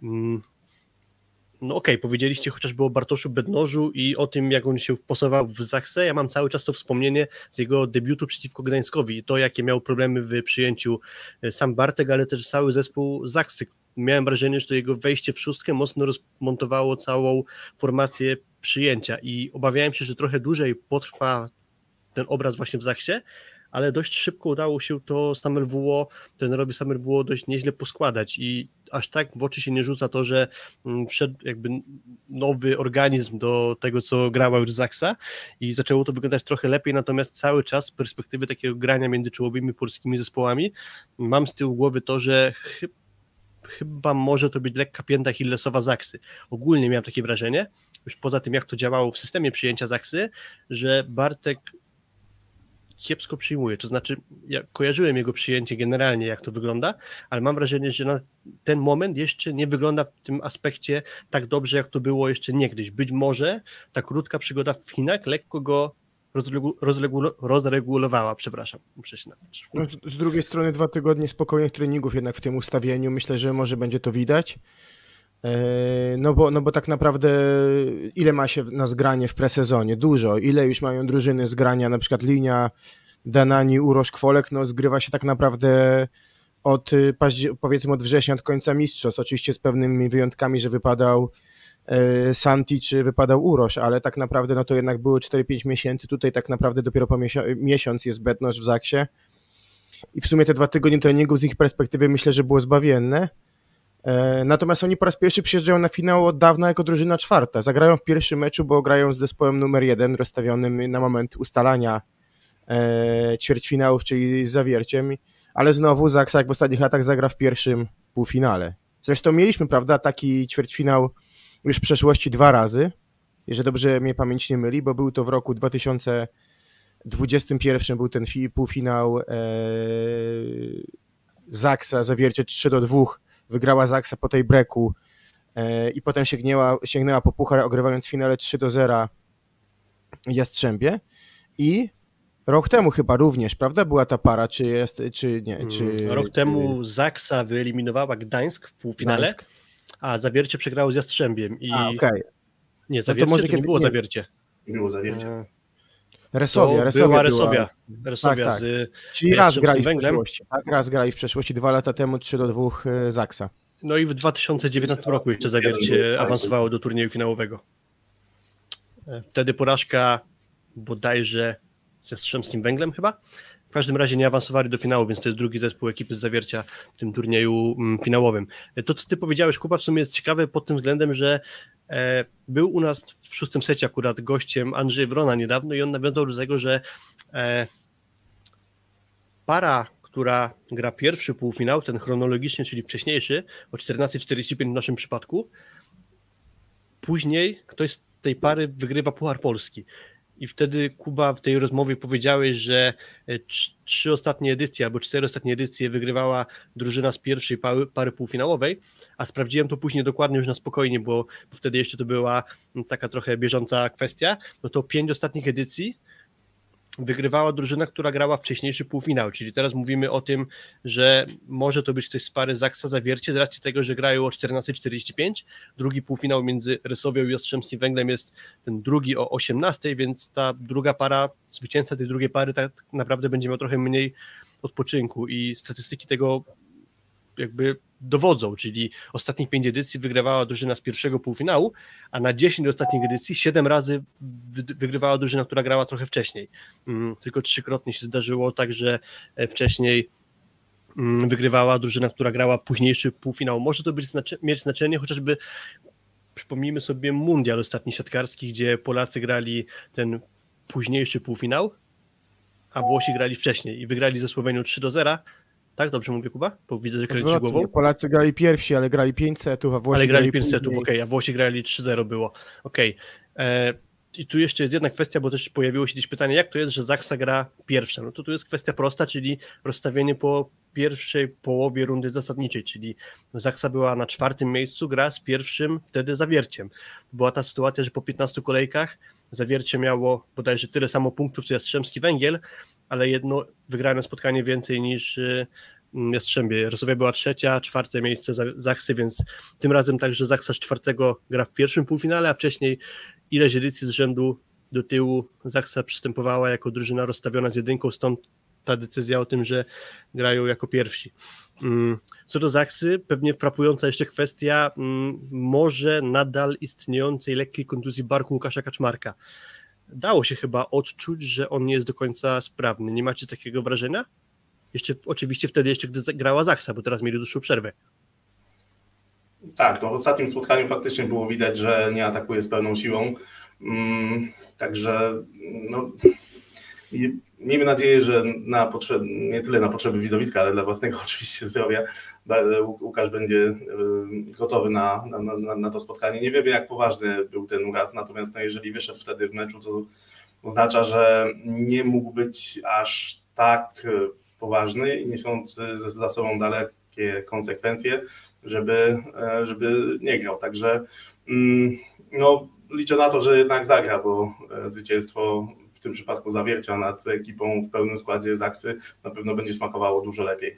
No okej, okay, powiedzieliście chociażby o Bartoszu Bednożu i o tym, jak on się wpasował w Zaksę. Ja mam cały czas to wspomnienie z jego debiutu przeciwko Gdańskowi i to, jakie miał problemy w przyjęciu sam Bartek, ale też cały zespół Zaksy. Miałem wrażenie, że to jego wejście w szóstkę mocno rozmontowało całą formację przyjęcia i obawiałem się, że trochę dłużej potrwa ten obraz właśnie w Zaksie, ale dość szybko udało się to Samuel W O, trenerowi Samuel W O dość nieźle poskładać i aż tak w oczy się nie rzuca to, że wszedł jakby nowy organizm do tego, co grała już Zaksa i zaczęło to wyglądać trochę lepiej, natomiast cały czas z perspektywy takiego grania między czołowymi polskimi zespołami mam z tyłu głowy to, że chyba chyba może to być lekka pięta achillesowa Zaksy. Ogólnie miałem takie wrażenie, już poza tym jak to działało w systemie przyjęcia Zaksy, że Bartek kiepsko przyjmuje, to znaczy ja kojarzyłem jego przyjęcie generalnie, jak to wygląda, ale mam wrażenie, że na ten moment jeszcze nie wygląda w tym aspekcie tak dobrze, jak to było jeszcze niegdyś. Być może ta krótka przygoda w Chinach lekko go rozregu- rozregu- rozregulowała, przepraszam, muszę się napić. No, z drugiej strony dwa tygodnie spokojnych treningów jednak w tym ustawieniu, myślę, że może będzie to widać. No bo, no bo tak naprawdę ile ma się na zgranie w presezonie? Dużo. Ile już mają drużyny zgrania, na przykład Linia, Danani, Urosz, Kwolek, no zgrywa się tak naprawdę od, powiedzmy od września, od końca mistrzostw, oczywiście z pewnymi wyjątkami, że wypadał Santi czy wypadał Urosz, ale tak naprawdę no to jednak było cztery pięć miesięcy, tutaj tak naprawdę dopiero po miesiąc, miesiąc jest Bednosz w Zaksie i w sumie te dwa tygodnie treningów z ich perspektywy myślę, że było zbawienne. Natomiast oni po raz pierwszy przyjeżdżają na finał od dawna jako drużyna czwarta. Zagrają w pierwszym meczu, bo grają z zespołem numer jeden, rozstawionym na moment ustalania ćwierćfinałów, czyli z Zawierciem, ale znowu Zaksa jak w ostatnich latach zagra w pierwszym półfinale. Zresztą mieliśmy, prawda, taki ćwierćfinał już w przeszłości dwa razy, jeżeli dobrze mnie pamięć nie myli, bo był to w roku dwa tysiące dwudziestym pierwszym był ten półfinał Zaksa, Zawiercie trzy do dwóch, wygrała Zaksa po tej breaku e, i potem sięgnęła, sięgnęła po puchar, ogrywając w finale trzy do zera Jastrzębie i Rok temu chyba również, prawda? Była ta para, czy jest, czy nie? Czy, Rok temu Zaksa wyeliminowała Gdańsk w półfinale, Gdańsk. a Zawiercie przegrało z Jastrzębiem. I... A, okej. Nie, to Zawiercie może to nie kiedy- było nie. Zawiercie. Było zawiercie. E, Resowia, To Resowia była była. Resowia. Resowia Tak, tak. z... Czyli raz Jastrzębskim grali w Węglem. przeszłości. Tak, raz grali w przeszłości, dwa lata temu, trzy do dwóch y, Zaksa. No i w dwa tysiące dziewiętnastym roku jeszcze Zawiercie awansowało do turnieju finałowego. E, Wtedy porażka bodajże ze Jastrzębskim Węglem chyba. W każdym razie nie awansowali do finału, więc to jest drugi zespół ekipy z Zawiercia w tym turnieju mm, finałowym. E, To, co ty powiedziałeś, Kuba, w sumie jest ciekawe pod tym względem, że e, był u nas w szóstym secie akurat gościem Andrzej Wrona niedawno i on nawiązał do tego, że e, para, która gra pierwszy półfinał, ten chronologiczny, czyli wcześniejszy, o czternasta czterdzieści pięć w naszym przypadku, później ktoś z tej pary wygrywa Puchar Polski. I wtedy, Kuba, w tej rozmowie powiedziałeś, że e, trz- trzy ostatnie edycje albo cztery ostatnie edycje wygrywała drużyna z pierwszej pary, pary półfinałowej, a sprawdziłem to później dokładnie już na spokojnie, bo, bo wtedy jeszcze to była mm, taka trochę bieżąca kwestia. No to pięć ostatnich edycji wygrywała drużyna, która grała wcześniejszy półfinał, czyli teraz mówimy o tym, że może to być ktoś z pary Zaksa Zawiercie z racji tego, że grają o czternasta czterdzieści pięć, drugi półfinał między Resowią i Jastrzębskim Węglem jest ten drugi o osiemnastej, więc ta druga para, zwycięzca tej drugiej pary tak naprawdę będzie miał trochę mniej odpoczynku i statystyki tego jakby dowodzą, czyli ostatnich pięć edycji wygrywała drużyna z pierwszego półfinału, a na dziesięć ostatnich edycji siedem razy wy- wygrywała drużyna, która grała trochę wcześniej. Mm, Tylko trzykrotnie się zdarzyło tak, że e, wcześniej mm, wygrywała drużyna, która grała późniejszy półfinał. Może to być znaczy- mieć znaczenie, chociażby przypomnijmy sobie mundial ostatni siatkarski, gdzie Polacy grali ten późniejszy półfinał, a Włosi grali wcześniej i wygrali ze Słowenią trzy do zera. Tak, dobrze mówię, Kuba? Bo widzę, że kręcisz głową. Odwrotnie, Polacy grali pierwsi, ale grali pięć setów, a Włosi Ale grali pięć później. setów, okej, a Włosi grali trzy zero było. Okej. E, I tu jeszcze jest jedna kwestia, bo też pojawiło się gdzieś pytanie, jak to jest, że Zaksa gra pierwsza? No to tu jest kwestia prosta, czyli rozstawienie po pierwszej połowie rundy zasadniczej, czyli Zaksa była na czwartym miejscu, gra z pierwszym wtedy Zawierciem. Była ta sytuacja, że po piętnastu kolejkach Zawiercie miało bodajże tyle samo punktów co Jastrzębski Węgiel, ale jedno wygrane spotkanie więcej niż y, Jastrzębie. Resowia była trzecia, czwarte miejsce Zaksy, więc tym razem także Zaksa z czwartego gra w pierwszym półfinale, a wcześniej ileś edycji z rzędu do tyłu Zaksa przystępowała jako drużyna rozstawiona z jedynką, stąd ta decyzja o tym, że grają jako pierwsi. Co do Zaksy, pewnie frapująca jeszcze kwestia może nadal istniejącej lekkiej kontuzji barku Łukasza Kaczmarka. Dało się chyba odczuć, że on nie jest do końca sprawny. Nie macie takiego wrażenia? Jeszcze oczywiście wtedy jeszcze, gdy grała Zaksa, bo teraz mieli dłuższą przerwę. Tak, no w ostatnim spotkaniu faktycznie było widać, że nie atakuje z pełną siłą. Mm, także no, i miejmy nadzieję, że na potrzeby, nie tyle na potrzeby widowiska, ale dla własnego oczywiście zdrowia Łukasz będzie gotowy na, na, na, na to spotkanie. Nie wiemy, jak poważny był ten uraz, natomiast no, jeżeli wyszedł wtedy w meczu, to oznacza, że nie mógł być aż tak poważny i niosący za sobą dalekie konsekwencje, żeby, żeby nie grał. Także no, liczę na to, że jednak zagra, bo zwycięstwo w tym przypadku Zawiercia nad ekipą w pełnym składzie Zaksy na pewno będzie smakowało dużo lepiej.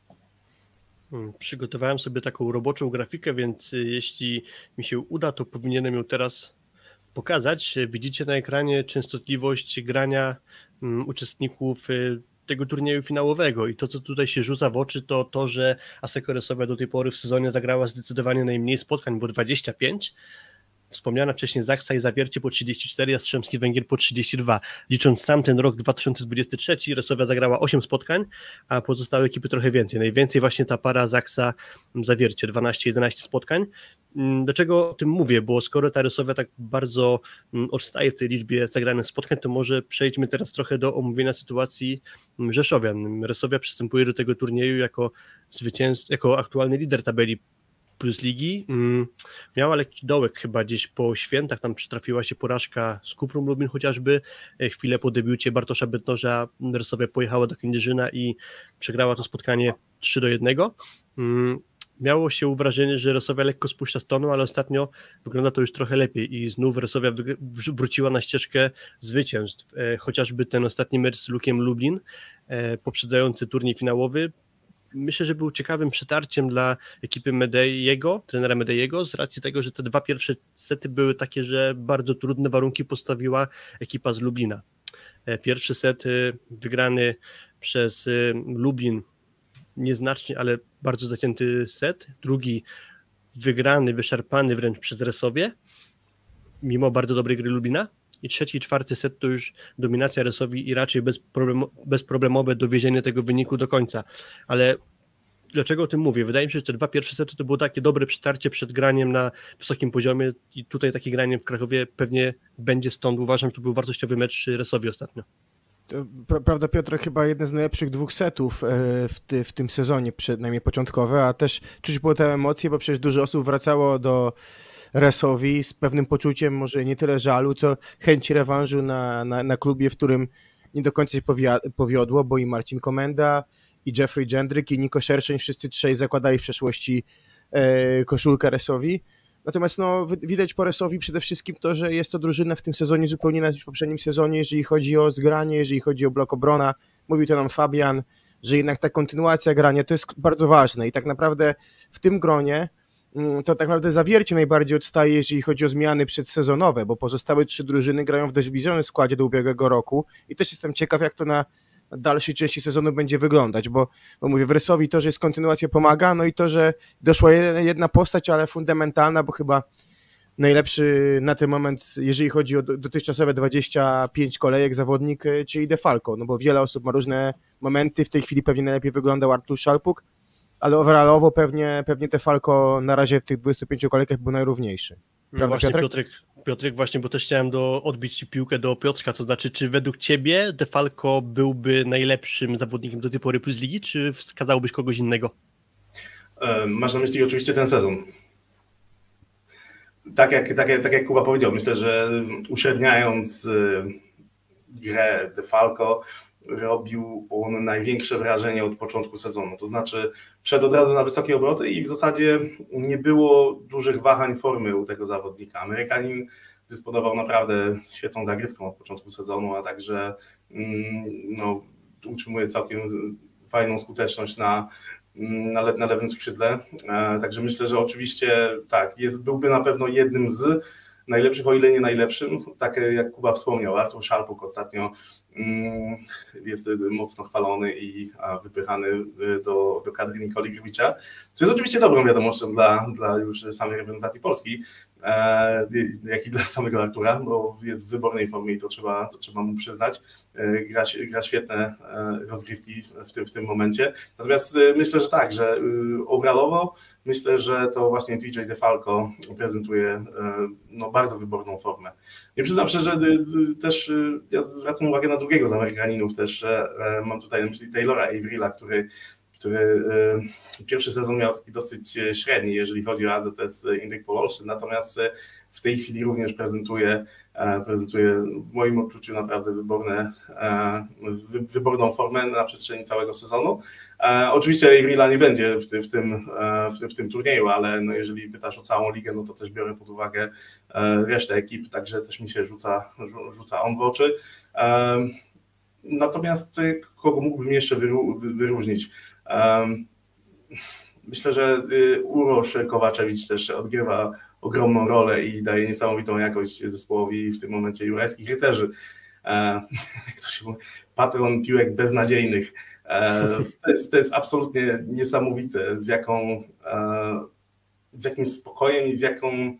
Przygotowałem sobie taką roboczą grafikę, więc jeśli mi się uda, to powinienem ją teraz pokazać. Widzicie na ekranie częstotliwość grania uczestników tego turnieju finałowego i to, co tutaj się rzuca w oczy, to to, że Asseco Resovia do tej pory w sezonie zagrała zdecydowanie najmniej spotkań, bo dwadzieścia pięć. Wspomniana wcześniej Zaksa i Zawiercie po trzydzieści cztery, Jastrzębski Węgiel po trzydzieści dwa. Licząc sam ten rok dwa tysiące dwudziesty trzeci, Resovia zagrała osiem spotkań, a pozostałe ekipy trochę więcej. Najwięcej właśnie ta para Zaksa-Zawiercie, dwanaście jedenaście spotkań. Dlaczego o tym mówię? Bo skoro ta Resovia tak bardzo odstaje w tej liczbie zagranych spotkań, to może przejdźmy teraz trochę do omówienia sytuacji Rzeszowian. Resovia przystępuje do tego turnieju jako zwycięzca, jako aktualny lider tabeli Plus Ligi. Miała lekki dołek chyba gdzieś po świętach, tam przytrafiła się porażka z Kuprą Lublin chociażby. Chwilę po debiucie Bartosza Bednoża Resovia pojechała do Kędzierzyna i przegrała to spotkanie trzy do jednego. miało się wrażenie, że Resowia lekko spuszcza z tonu, ale ostatnio wygląda to już trochę lepiej i znów Resowia wróciła na ścieżkę zwycięstw. Chociażby ten ostatni mecz z Lukiem Lublin, poprzedzający turniej finałowy, myślę, że był ciekawym przetarciem dla ekipy Medeiego, trenera Medeiego, z racji tego, że te dwa pierwsze sety były takie, że bardzo trudne warunki postawiła ekipa z Lublina. Pierwszy set wygrany przez Lublin nieznacznie, ale bardzo zacięty set. Drugi wygrany, wyszarpany wręcz przez Resowię, mimo bardzo dobrej gry Lublina. I trzeci i czwarty set to już dominacja Resowi i raczej bezproblem, bezproblemowe dowiezienie tego wyniku do końca. Ale dlaczego o tym mówię? Wydaje mi się, że te dwa pierwsze sety to było takie dobre przetarcie przed graniem na wysokim poziomie i tutaj takie granie w Krakowie pewnie będzie, stąd uważam, że to był wartościowy mecz Resowi ostatnio. To, prawda, Piotr, chyba jeden z najlepszych dwóch setów w, ty, w tym sezonie, przynajmniej początkowe, a też czuć było te emocje, bo przecież dużo osób wracało do Resowi z pewnym poczuciem może nie tyle żalu, co chęci rewanżu na, na, na klubie, w którym nie do końca się powiodło, bo i Marcin Komenda, i Jeffrey Jędryk, i Niko Szerszeń, wszyscy trzej zakładali w przeszłości e, koszulkę Resowi. Natomiast no, widać po Resowi przede wszystkim to, że jest to drużyna w tym sezonie zupełnie inaczej niż w poprzednim sezonie, jeżeli chodzi o zgranie, jeżeli chodzi o blok obrona. Mówił to nam Fabian, że jednak ta kontynuacja grania to jest bardzo ważne i tak naprawdę w tym gronie to tak naprawdę Zawiercie najbardziej odstaje, jeżeli chodzi o zmiany przedsezonowe, bo pozostałe trzy drużyny grają w dość zbliżonym składzie do ubiegłego roku i też jestem ciekaw, jak to na dalszej części sezonu będzie wyglądać, bo, bo mówię, w Resowi to, że jest kontynuacja, pomaga, no i to, że doszła jedna postać, ale fundamentalna, bo chyba najlepszy na ten moment, jeżeli chodzi o dotychczasowe dwadzieścia pięć kolejek zawodnik, czyli Defalco, no bo wiele osób ma różne momenty, w tej chwili pewnie najlepiej wyglądał Artur Szalpuk, ale overallowo pewnie, pewnie Defalco na razie w tych dwudziestu pięciu kolejkach był najrówniejszy. Prawda, właśnie Piotrek? Piotrek, Piotrek, właśnie, bo też chciałem do, odbić ci piłkę do Piotrka, to znaczy, czy według ciebie Defalco byłby najlepszym zawodnikiem do tej pory Plus Ligi, czy wskazałbyś kogoś innego? Masz na myśli oczywiście ten sezon. Tak jak, tak, jak, tak jak Kuba powiedział, myślę, że uśredniając grę Defalco, robił on największe wrażenie od początku sezonu. To znaczy wszedł od razu na wysokie obroty i w zasadzie nie było dużych wahań formy u tego zawodnika. Amerykanin dysponował naprawdę świetną zagrywką od początku sezonu, a także no, utrzymuje całkiem fajną skuteczność na, na, le, na lewym skrzydle. Także myślę, że oczywiście tak, jest, byłby na pewno jednym z najlepszych, o ile nie najlepszym, tak jak Kuba wspomniał, Artur Szalpuk ostatnio jest mocno chwalony i wypychany do, do kadry Nikoli Grybicza, co jest oczywiście dobrą wiadomością dla, dla już samej reprezentacji Polski, jak i dla samego Artura, bo jest w wybornej formie i to trzeba, to trzeba mu przyznać. Gra, gra świetne rozgrywki w tym, w tym momencie. Natomiast myślę, że tak, że overallowo myślę, że to właśnie T J Defalco prezentuje no, bardzo wyborną formę. Nie przyznam szczerze, też ja zwracam uwagę na drugiego z Amerykaninów też, że mam tutaj na myśli Taylora Avrila, który, który pierwszy sezon miał taki dosyć średni, jeżeli chodzi o A Z S Indyk Olsztyn, natomiast w tej chwili również prezentuje, prezentuje w moim odczuciu naprawdę wyborne, wyborną formę na przestrzeni całego sezonu. Oczywiście Avrila nie będzie w, ty, w, tym, w, w tym turnieju, ale no jeżeli pytasz o całą ligę, no to też biorę pod uwagę resztę ekip, także też mi się rzuca, rzuca on w oczy. Natomiast kogo mógłbym jeszcze wyróżnić? Myślę, że Uroš Kovačević też odgrywa ogromną rolę i daje niesamowitą jakość zespołowi w tym momencie Jurajskich Rycerzy. Jak to się mówi? Patron piłek beznadziejnych. To jest, to jest absolutnie niesamowite, z jaką, z jakim spokojem i z jaką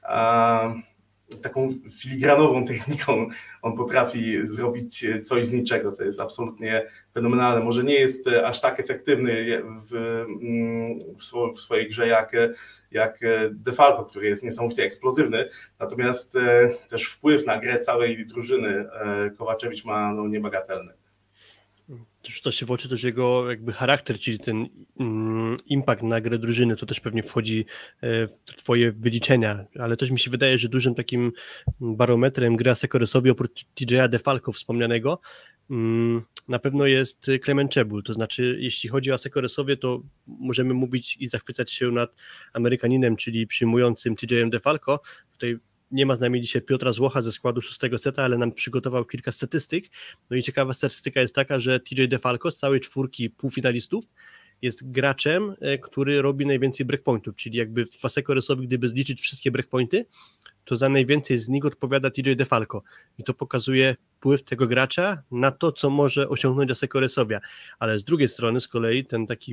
taką filigranową techniką on potrafi zrobić coś z niczego. To jest absolutnie fenomenalne. Może nie jest aż tak efektywny w, w swojej grze jak, jak Defalco, który jest niesamowicie eksplozywny, natomiast też wpływ na grę całej drużyny Kovačević ma no, niebagatelny. Rzuca się w oczy też jego jakby charakter, czyli ten mm, impact na grę drużyny, to też pewnie wchodzi w twoje wyliczenia, ale też mi się wydaje, że dużym takim barometrem gry Asseco Resowi oprócz T J Defalco wspomnianego mm, na pewno jest Clement Chebul, to znaczy jeśli chodzi o Asekoresowie, to możemy mówić i zachwycać się nad Amerykaninem, czyli przyjmującym T J M DeFalco. Tutaj nie ma z nami dzisiaj Piotra Złocha ze składu szóstego seta, ale nam przygotował kilka statystyk. No i ciekawa statystyka jest taka, że T J DeFalco z całej czwórki półfinalistów jest graczem, który robi najwięcej breakpointów, czyli jakby w Asekoresowi, gdyby zliczyć wszystkie breakpointy, to za najwięcej z nich odpowiada T J DeFalco. I to pokazuje wpływ tego gracza na to, co może osiągnąć Asekoresowia. Ale z drugiej strony z kolei ten taki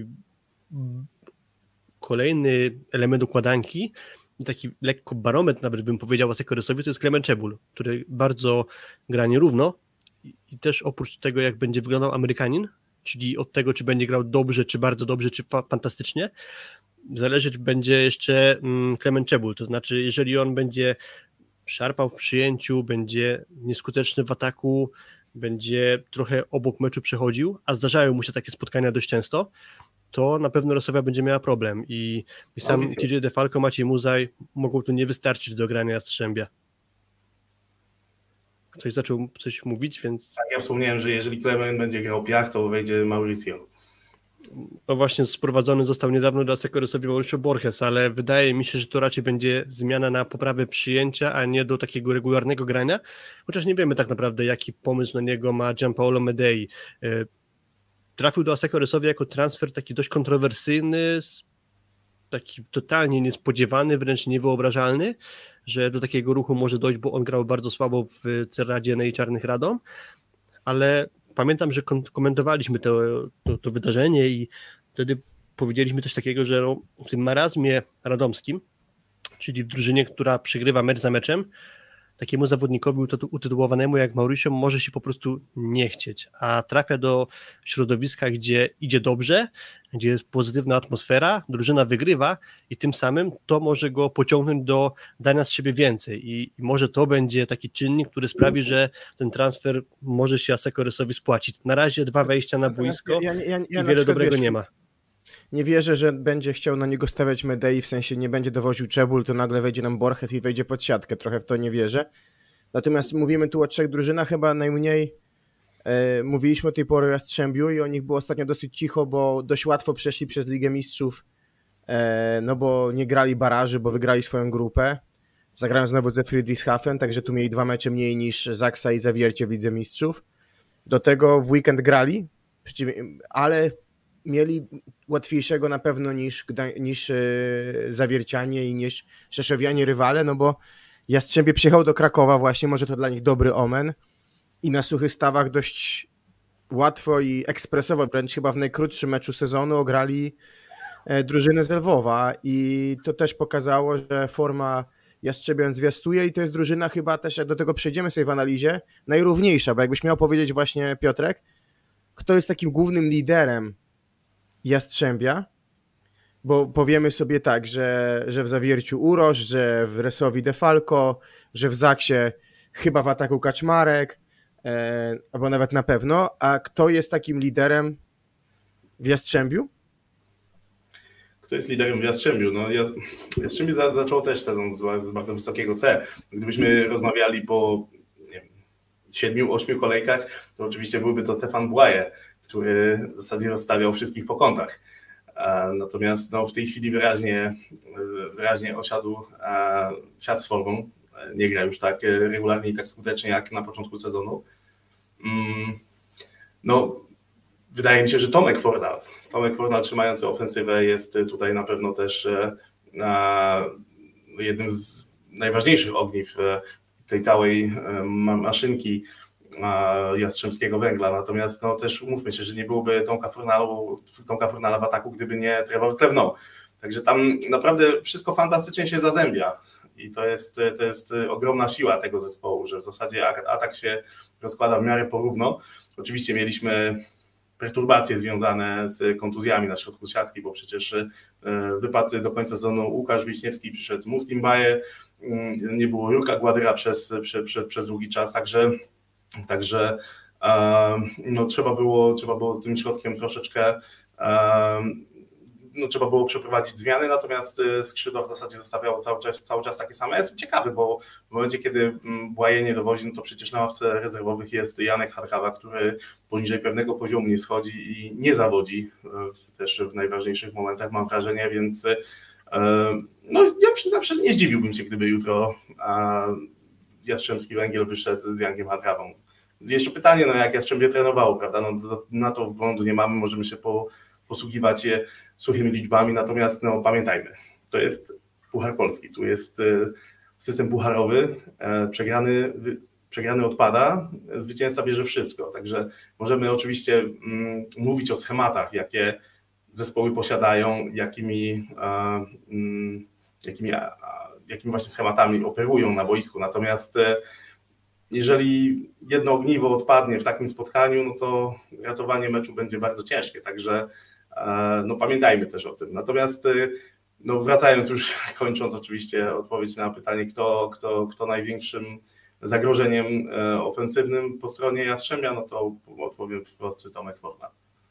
kolejny element układanki, taki lekko barometr nawet bym powiedział Asekoresowi, to jest Clement Chebul, który bardzo gra nierówno i też oprócz tego, jak będzie wyglądał Amerykanin, czyli od tego, czy będzie grał dobrze, czy bardzo dobrze, czy fa- fantastycznie, zależeć będzie jeszcze Clement Chebul, to znaczy jeżeli on będzie szarpał w przyjęciu, będzie nieskuteczny w ataku, będzie trochę obok meczu przechodził, a zdarzają mu się takie spotkania dość często, to na pewno Resowia będzie miała problem i, i sam T J DeFalco, Maciej Muzaj mogą tu nie wystarczyć do grania Jastrzębia. Ktoś zaczął coś mówić, więc... Tak, ja wspomniałem, że jeżeli Clement będzie grał piach, to wejdzie Mauricio. No właśnie sprowadzony został niedawno do Asekoresowi Mauricio Borges, ale wydaje mi się, że to raczej będzie zmiana na poprawę przyjęcia, a nie do takiego regularnego grania, chociaż nie wiemy tak naprawdę, jaki pomysł na niego ma Gianpaolo Medei. Trafił do Asekoresowi jako transfer taki dość kontrowersyjny, taki totalnie niespodziewany, wręcz niewyobrażalny, że do takiego ruchu może dojść, bo on grał bardzo słabo w Cerradzie i Czarnych Radom, ale pamiętam, że komentowaliśmy to, to, to wydarzenie i wtedy powiedzieliśmy coś takiego, że no, w tym marazmie radomskim, czyli w drużynie, która przegrywa mecz za meczem, takiemu zawodnikowi utytułowanemu jak Mauricio może się po prostu nie chcieć, a trafia do środowiska, gdzie idzie dobrze, gdzie jest pozytywna atmosfera, drużyna wygrywa i tym samym to może go pociągnąć do dania z siebie więcej i, i może to będzie taki czynnik, który sprawi, że ten transfer może się Asekoresowi spłacić. Na razie dwa wejścia na boisko ja, ja, ja, ja i wiele dobrego wiesz, nie ma. Nie wierzę, że będzie chciał na niego stawiać Medei, w sensie nie będzie dowoził Chebul, to nagle wejdzie nam Borges i wejdzie pod siatkę. Trochę w to nie wierzę. Natomiast mówimy tu o trzech drużynach, chyba najmniej e, mówiliśmy o tej pory o Jastrzębiu i o nich było ostatnio dosyć cicho, bo dość łatwo przeszli przez Ligę Mistrzów, e, no bo nie grali baraży, bo wygrali swoją grupę. Zagrają znowu ze Friedrichshafen, także tu mieli dwa mecze mniej niż Zaksa i Zawiercie w Lidze Mistrzów. Do tego w weekend grali, ale mieli łatwiejszego na pewno niż, niż yy, Zawiercianie i niż Rzeszowianie rywale, no bo Jastrzębie przyjechał do Krakowa właśnie, może to dla nich dobry omen i na suchych stawach dość łatwo i ekspresowo, wręcz chyba w najkrótszym meczu sezonu ograli e, drużynę z Lwowa i to też pokazało, że forma Jastrzębia zwiastuje i to jest drużyna chyba też, jak do tego przejdziemy sobie w analizie, najrówniejsza, bo jakbyś miał powiedzieć właśnie, Piotrek, kto jest takim głównym liderem Jastrzębia, bo powiemy sobie tak, że, że w Zawierciu Urosz, że w Resowi DeFalco, że w Zaksie chyba w ataku Kaczmarek, e, albo nawet na pewno, a kto jest takim liderem w Jastrzębiu? Kto jest liderem w Jastrzębiu? No, Jastrzębie za, zaczął też sezon z, z bardzo wysokiego C. Gdybyśmy rozmawiali po siedmiu, ośmiu kolejkach, to oczywiście byłby to Stefan Błaje, który w zasadzie rozstawiał wszystkich po kątach. Natomiast no, w tej chwili wyraźnie, wyraźnie osiadł, siadł z formą, nie gra już tak regularnie i tak skutecznie jak na początku sezonu. No, wydaje mi się, że Tomek Fornal, Tomek Fornal trzymający ofensywę jest tutaj na pewno też jednym z najważniejszych ogniw tej całej maszynki Jastrzębskiego Węgla, natomiast no, też umówmy się, że nie byłoby Tomka Fornalu, Tomka Fornala w ataku, gdyby nie Trevor Clevno. Także tam naprawdę wszystko fantastycznie się zazębia i to jest, to jest ogromna siła tego zespołu, że w zasadzie atak się rozkłada w miarę porówno. Oczywiście mieliśmy perturbacje związane z kontuzjami na środku siatki, bo przecież wypadł do końca sezonu Łukasz Wiśniewski, przyszedł Muslim Baje, nie było Jurka Gładyra przez, przez, przez długi czas, także Także no, trzeba było, trzeba było z tym środkiem troszeczkę no, trzeba było przeprowadzić zmiany, natomiast skrzydła w zasadzie zostawiało cały czas, cały czas takie same. Jest ciekawy, bo w momencie, kiedy Błaje nie dowodzi, no to przecież na ławce rezerwowych jest Janek Hadrawa, który poniżej pewnego poziomu nie schodzi i nie zawodzi też w najważniejszych momentach, mam wrażenie, więc no, ja przyznam, że nie zdziwiłbym się, gdyby jutro Jastrzębski Węgiel wyszedł z Jankiem Hadrawą. Jeszcze pytanie, no jak Jastrzębie trenowało, prawda? No, na to wglądu nie mamy, możemy się po, posługiwać się suchymi liczbami, natomiast no, pamiętajmy, to jest Puchar Polski, tu jest system pucharowy, przegrany, przegrany odpada, zwycięzca bierze wszystko, także możemy oczywiście mm, mówić o schematach, jakie zespoły posiadają, jakimi, mm, jakimi, jakimi właśnie schematami operują na boisku, natomiast jeżeli jedno ogniwo odpadnie w takim spotkaniu, no to ratowanie meczu będzie bardzo ciężkie, także no, pamiętajmy też o tym. Natomiast no, wracając już, kończąc oczywiście odpowiedź na pytanie, kto, kto, kto największym zagrożeniem ofensywnym po stronie Jastrzębia, no to odpowiem wprost Tomek Fornal.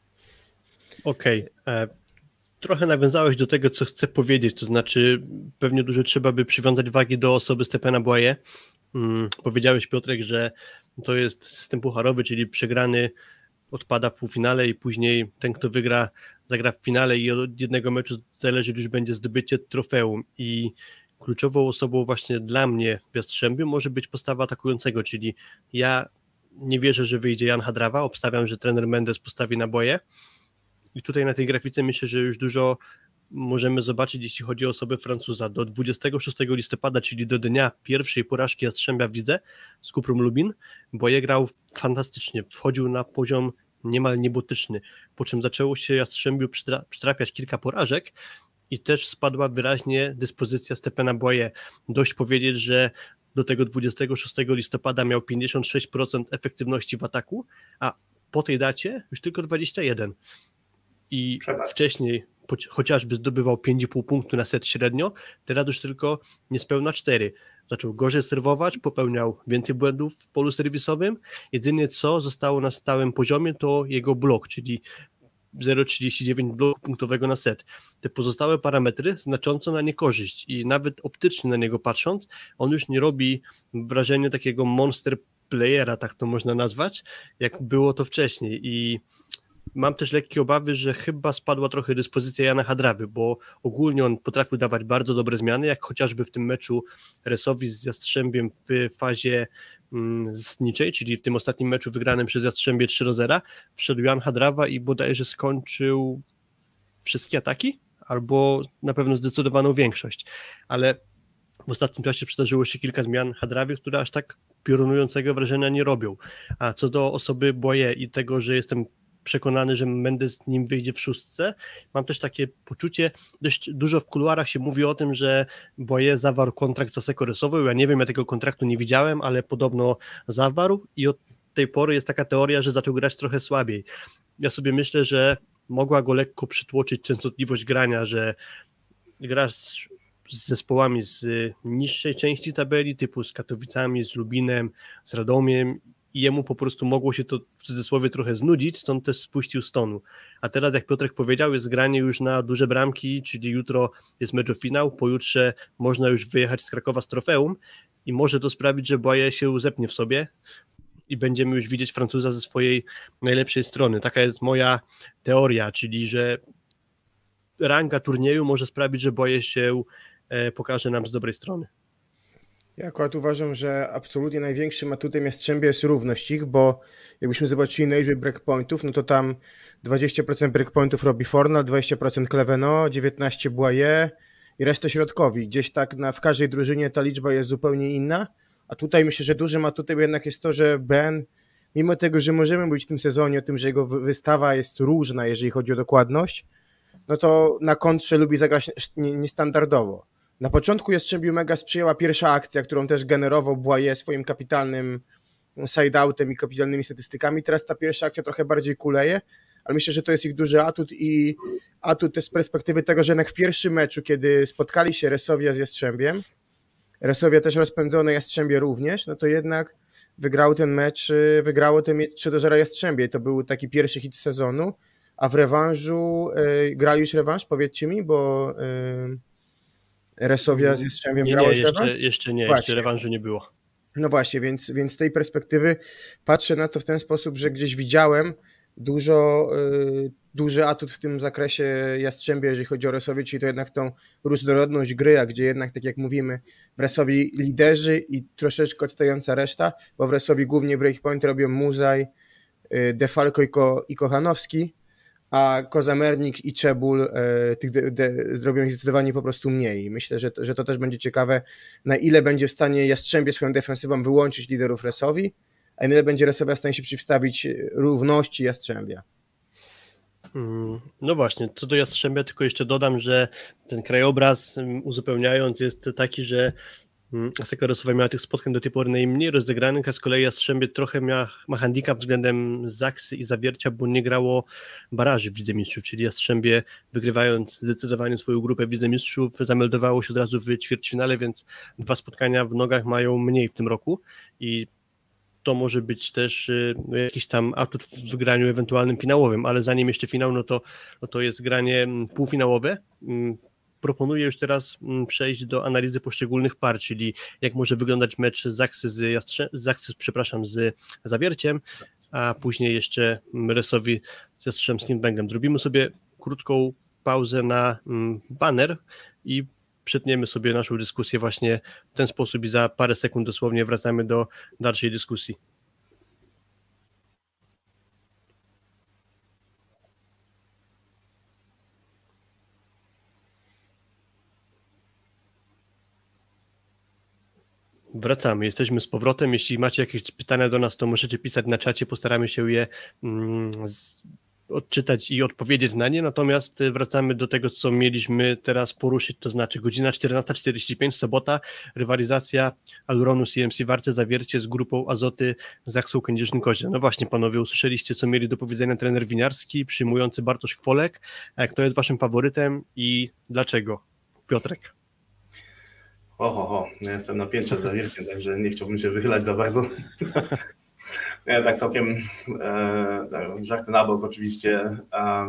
Okej. Okay. Trochę nawiązałeś do tego, co chcę powiedzieć, to znaczy pewnie dużo trzeba by przywiązać wagi do osoby Stefana Błaje. Hmm, powiedziałeś, Piotrek, że to jest system pucharowy, czyli przegrany odpada w półfinale i później ten, kto wygra, zagra w finale i od jednego meczu zależy, już będzie zdobycie trofeum. I kluczową osobą właśnie dla mnie w Jastrzębiu może być postawa atakującego, czyli ja nie wierzę, że wyjdzie Jan Hadrawa, obstawiam, że trener Mendes postawi na Błaje. I tutaj na tej grafice myślę, że już dużo możemy zobaczyć, jeśli chodzi o osobę Francuza. Do dwudziestego szóstego listopada, czyli do dnia pierwszej porażki Jastrzębia w lidze z Kuprą Lubin, Błaje grał fantastycznie, wchodził na poziom niemal niebotyczny, po czym zaczęło się Jastrzębiu przytrafiać kilka porażek i też spadła wyraźnie dyspozycja Stefana Błaje. Dość powiedzieć, że do tego dwudziestego szóstego listopada miał pięćdziesiąt sześć procent efektywności w ataku, a po tej dacie już tylko dwadzieścia jeden procent. I Przebacz. wcześniej chociażby zdobywał pięć i pół punktu na set średnio, teraz już tylko niespełna cztery. Zaczął gorzej serwować, popełniał więcej błędów w polu serwisowym. Jedynie co zostało na stałym poziomie to jego blok, czyli zero przecinek trzydzieści dziewięć bloku punktowego na set. Te pozostałe parametry znacząco na niekorzyść i nawet optycznie na niego patrząc, on już nie robi wrażenia takiego monster playera, tak to można nazwać, jak było to wcześniej. I mam też lekkie obawy, że chyba spadła trochę dyspozycja Jana Hadrawy, bo ogólnie on potrafił dawać bardzo dobre zmiany, jak chociażby w tym meczu Resowi z Jastrzębiem w fazie mm, zniczej, czyli w tym ostatnim meczu wygranym przez Jastrzębie trzy do zera, wszedł Jan Hadrawa i bodajże skończył wszystkie ataki, albo na pewno zdecydowaną większość, ale w ostatnim czasie przydarzyło się kilka zmian Hadrawie, które aż tak piorunującego wrażenia nie robią. A co do osoby Błaje i tego, że jestem przekonany, że Mendes z nim wyjdzie w szóstce. Mam też takie poczucie, dość dużo w kuluarach się mówi o tym, że Błaje zawarł kontrakt z Asseco Resową. Ja nie wiem, ja tego kontraktu nie widziałem, ale podobno zawarł i od tej pory jest taka teoria, że zaczął grać trochę słabiej. Ja sobie myślę, że mogła go lekko przytłoczyć częstotliwość grania, że gra z, z zespołami z niższej części tabeli, typu z Katowicami, z Lubinem, z Radomiem, i jemu po prostu mogło się to w cudzysłowie trochę znudzić, stąd też spuścił z tonu. A teraz, jak Piotrek powiedział, jest granie już na duże bramki, czyli jutro jest mecz o finał, pojutrze można już wyjechać z Krakowa z trofeum i może to sprawić, że Błaje się zepnie w sobie i będziemy już widzieć Francuza ze swojej najlepszej strony. Taka jest moja teoria, czyli że ranga turnieju może sprawić, że Błaje się pokaże nam z dobrej strony. Ja akurat uważam, że absolutnie największym atutem Jastrzębia jest równość ich, bo jakbyśmy zobaczyli na liczbę breakpointów, no to tam dwadzieścia procent breakpointów robi Fornal, dwadzieścia procent Kleveno, dziewiętnaście procent Błaje i reszta środkowi. Gdzieś tak na, w każdej drużynie ta liczba jest zupełnie inna, a tutaj myślę, że dużym atutem jednak jest to, że Ben, mimo tego, że możemy mówić w tym sezonie o tym, że jego wystawa jest różna, jeżeli chodzi o dokładność, no to na kontrze lubi zagrać niestandardowo. Na początku Jastrzębiu mega sprzyjała pierwsza akcja, którą też generował Błaje swoim kapitalnym side-outem i kapitalnymi statystykami. Teraz ta pierwsza akcja trochę bardziej kuleje, ale myślę, że to jest ich duży atut i atut też z perspektywy tego, że jednak w pierwszym meczu, kiedy spotkali się Resowia z Jastrzębiem, Resowia też rozpędzone, Jastrzębie również, no to jednak wygrał ten mecz, wygrało ten mecz trzy do zera Jastrzębie. To był taki pierwszy hit sezonu. a w rewanżu, y, grali już rewanż, powiedzcie mi, bo y, Resowia z Jastrzębiem Nie, grała nie, już rewanż? jeszcze, jeszcze nie, Właśnie. jeszcze rewanżu nie było. No właśnie, więc, więc z tej perspektywy patrzę na to w ten sposób, że gdzieś widziałem dużo, y, duży atut w tym zakresie Jastrzębia, jeżeli chodzi o Resowię, czyli to jednak tą różnorodność gry, a gdzie jednak, tak jak mówimy, w Resowi liderzy i troszeczkę odstająca reszta, bo w Resowi głównie breakpoint robią Muzaj, y, Defalco i, Ko, i Kochanowski, a Kozamernik i Czebul e, tych de, de, robią ich zdecydowanie po prostu mniej. Myślę, że to, że to też będzie ciekawe, na ile będzie w stanie Jastrzębie swoją defensywą wyłączyć liderów Resowi, a na ile będzie Resowia w stanie się przeciwstawić równości Jastrzębia. No właśnie, co do Jastrzębia, tylko jeszcze dodam, że ten krajobraz uzupełniając jest taki, że Asseco Resowia miała tych spotkań do tej pory najmniej rozegranych, a z kolei Jastrzębie trochę ma, ma handicap względem Zaksy i Zawiercia, bo nie grało baraży w Lidze Mistrzów, czyli Jastrzębie wygrywając zdecydowanie swoją grupę w Lidze Mistrzów zameldowało się od razu w ćwierćfinale, więc dwa spotkania w nogach mają mniej w tym roku i to może być też no, jakiś tam atut w graniu ewentualnym finałowym, ale zanim jeszcze finał, no to, no to jest granie półfinałowe. Proponuję już teraz przejść do analizy poszczególnych par, czyli jak może wyglądać mecz Zaksy z, Jastrze- Zaksy, przepraszam, z Zawierciem, a później jeszcze Resowi z Jastrzębskim Węglem. Zrobimy sobie krótką pauzę na baner i przetniemy sobie naszą dyskusję właśnie w ten sposób i za parę sekund dosłownie wracamy do dalszej dyskusji. Wracamy, jesteśmy z powrotem. Jeśli macie jakieś pytania do nas, to możecie pisać na czacie, postaramy się je mm, z, odczytać i odpowiedzieć na nie, natomiast wracamy do tego, co mieliśmy teraz poruszyć, to znaczy godzina czternasta czterdzieści pięć, sobota, rywalizacja Aluronu C M C Warce Zawiercie z grupą Azoty Zaksą Kędzierzyn-Koźle. No właśnie, panowie, usłyszeliście, co mieli do powiedzenia trener Winiarski, przyjmujący Bartosz Kwolek. A kto jest waszym faworytem i dlaczego? Piotrek. Oho, ho, ja jestem na piętrze z Zawierciem, także nie chciałbym się wychylać za bardzo. Nie, tak całkiem e, tak, żarty na bok oczywiście. E,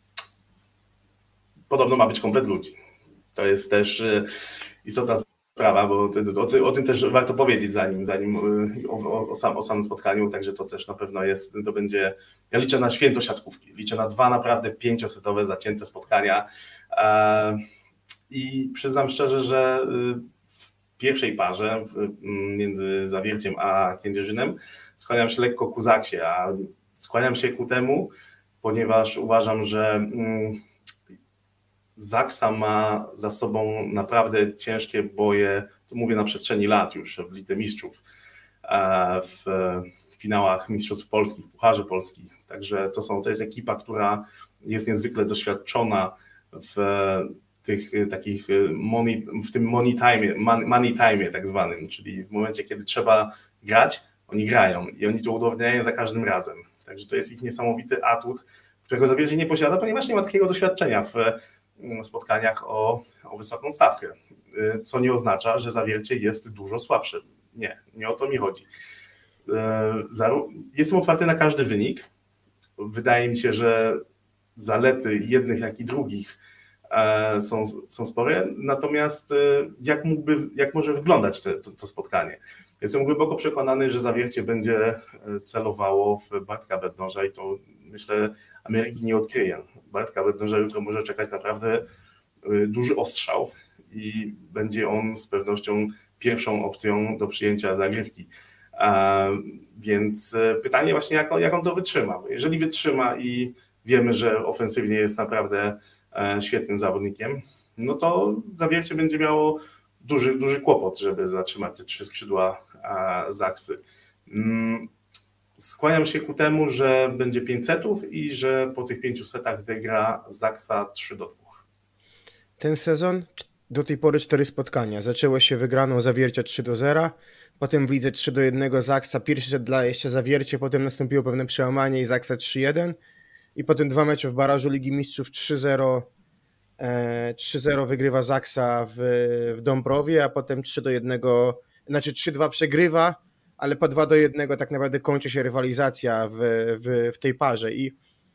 podobno ma być komplet ludzi. To jest też e, istotna sprawa, bo to, o, o tym też warto powiedzieć zanim, zanim o, o, sam, o samym spotkaniu, także to też na pewno jest, to będzie, ja liczę na święto siatkówki, liczę na dwa naprawdę pięciosetowe, zacięte spotkania e, i przyznam szczerze, że w pierwszej parze między Zawierciem a Kędzierzynem skłaniam się lekko ku Zaksie, a skłaniam się ku temu, ponieważ uważam, że Zaksa ma za sobą naprawdę ciężkie boje, to mówię na przestrzeni lat już w Lidze Mistrzów, w finałach Mistrzostw Polski, w Pucharze Polski. Także to, są, to jest ekipa, która jest niezwykle doświadczona w tych takich money, w tym money time, money time tak zwanym, czyli w momencie, kiedy trzeba grać, oni grają i oni to udowodniają za każdym razem. Także to jest ich niesamowity atut, którego Zawiercie nie posiada, ponieważ nie ma takiego doświadczenia w spotkaniach o, o wysoką stawkę, co nie oznacza, że Zawiercie jest dużo słabsze. Nie, nie o to mi chodzi. Jestem otwarty na każdy wynik. Wydaje mi się, że zalety jednych, jak i drugich są, są spore, natomiast jak, mógłby, jak może wyglądać te, to, to spotkanie? Jestem głęboko przekonany, że Zawiercie będzie celowało w Bartka Bednarza i to myślę Ameryki nie odkryje. Bartka Bednarza jutro może czekać naprawdę duży ostrzał i będzie on z pewnością pierwszą opcją do przyjęcia zagrywki. Więc pytanie właśnie, jak on, jak on to wytrzyma. Jeżeli wytrzyma i wiemy, że ofensywnie jest naprawdę świetnym zawodnikiem, no to Zawiercie będzie miało duży, duży kłopot, żeby zatrzymać te trzy skrzydła Zaksy. Skłaniam się ku temu, że będzie pięć setów i że po tych pięciu setach wygra Zaksa trzy do dwóch. Ten sezon do tej pory cztery spotkania. Zaczęło się wygraną Zawiercia trzy do zera, potem w lidze trzy do jednego Zaksa, pierwszy set dla jeszcze Zawiercie, potem nastąpiło pewne przełamanie i Zaksa trzy jeden i potem dwa mecze w barażu Ligi Mistrzów trzy zero. trzy zero wygrywa Zaksa w, w Dąbrowie, a potem trzy do jednego, znaczy trzy dwa przegrywa, ale po dwa do jednego tak naprawdę kończy się rywalizacja w, w, w tej parze i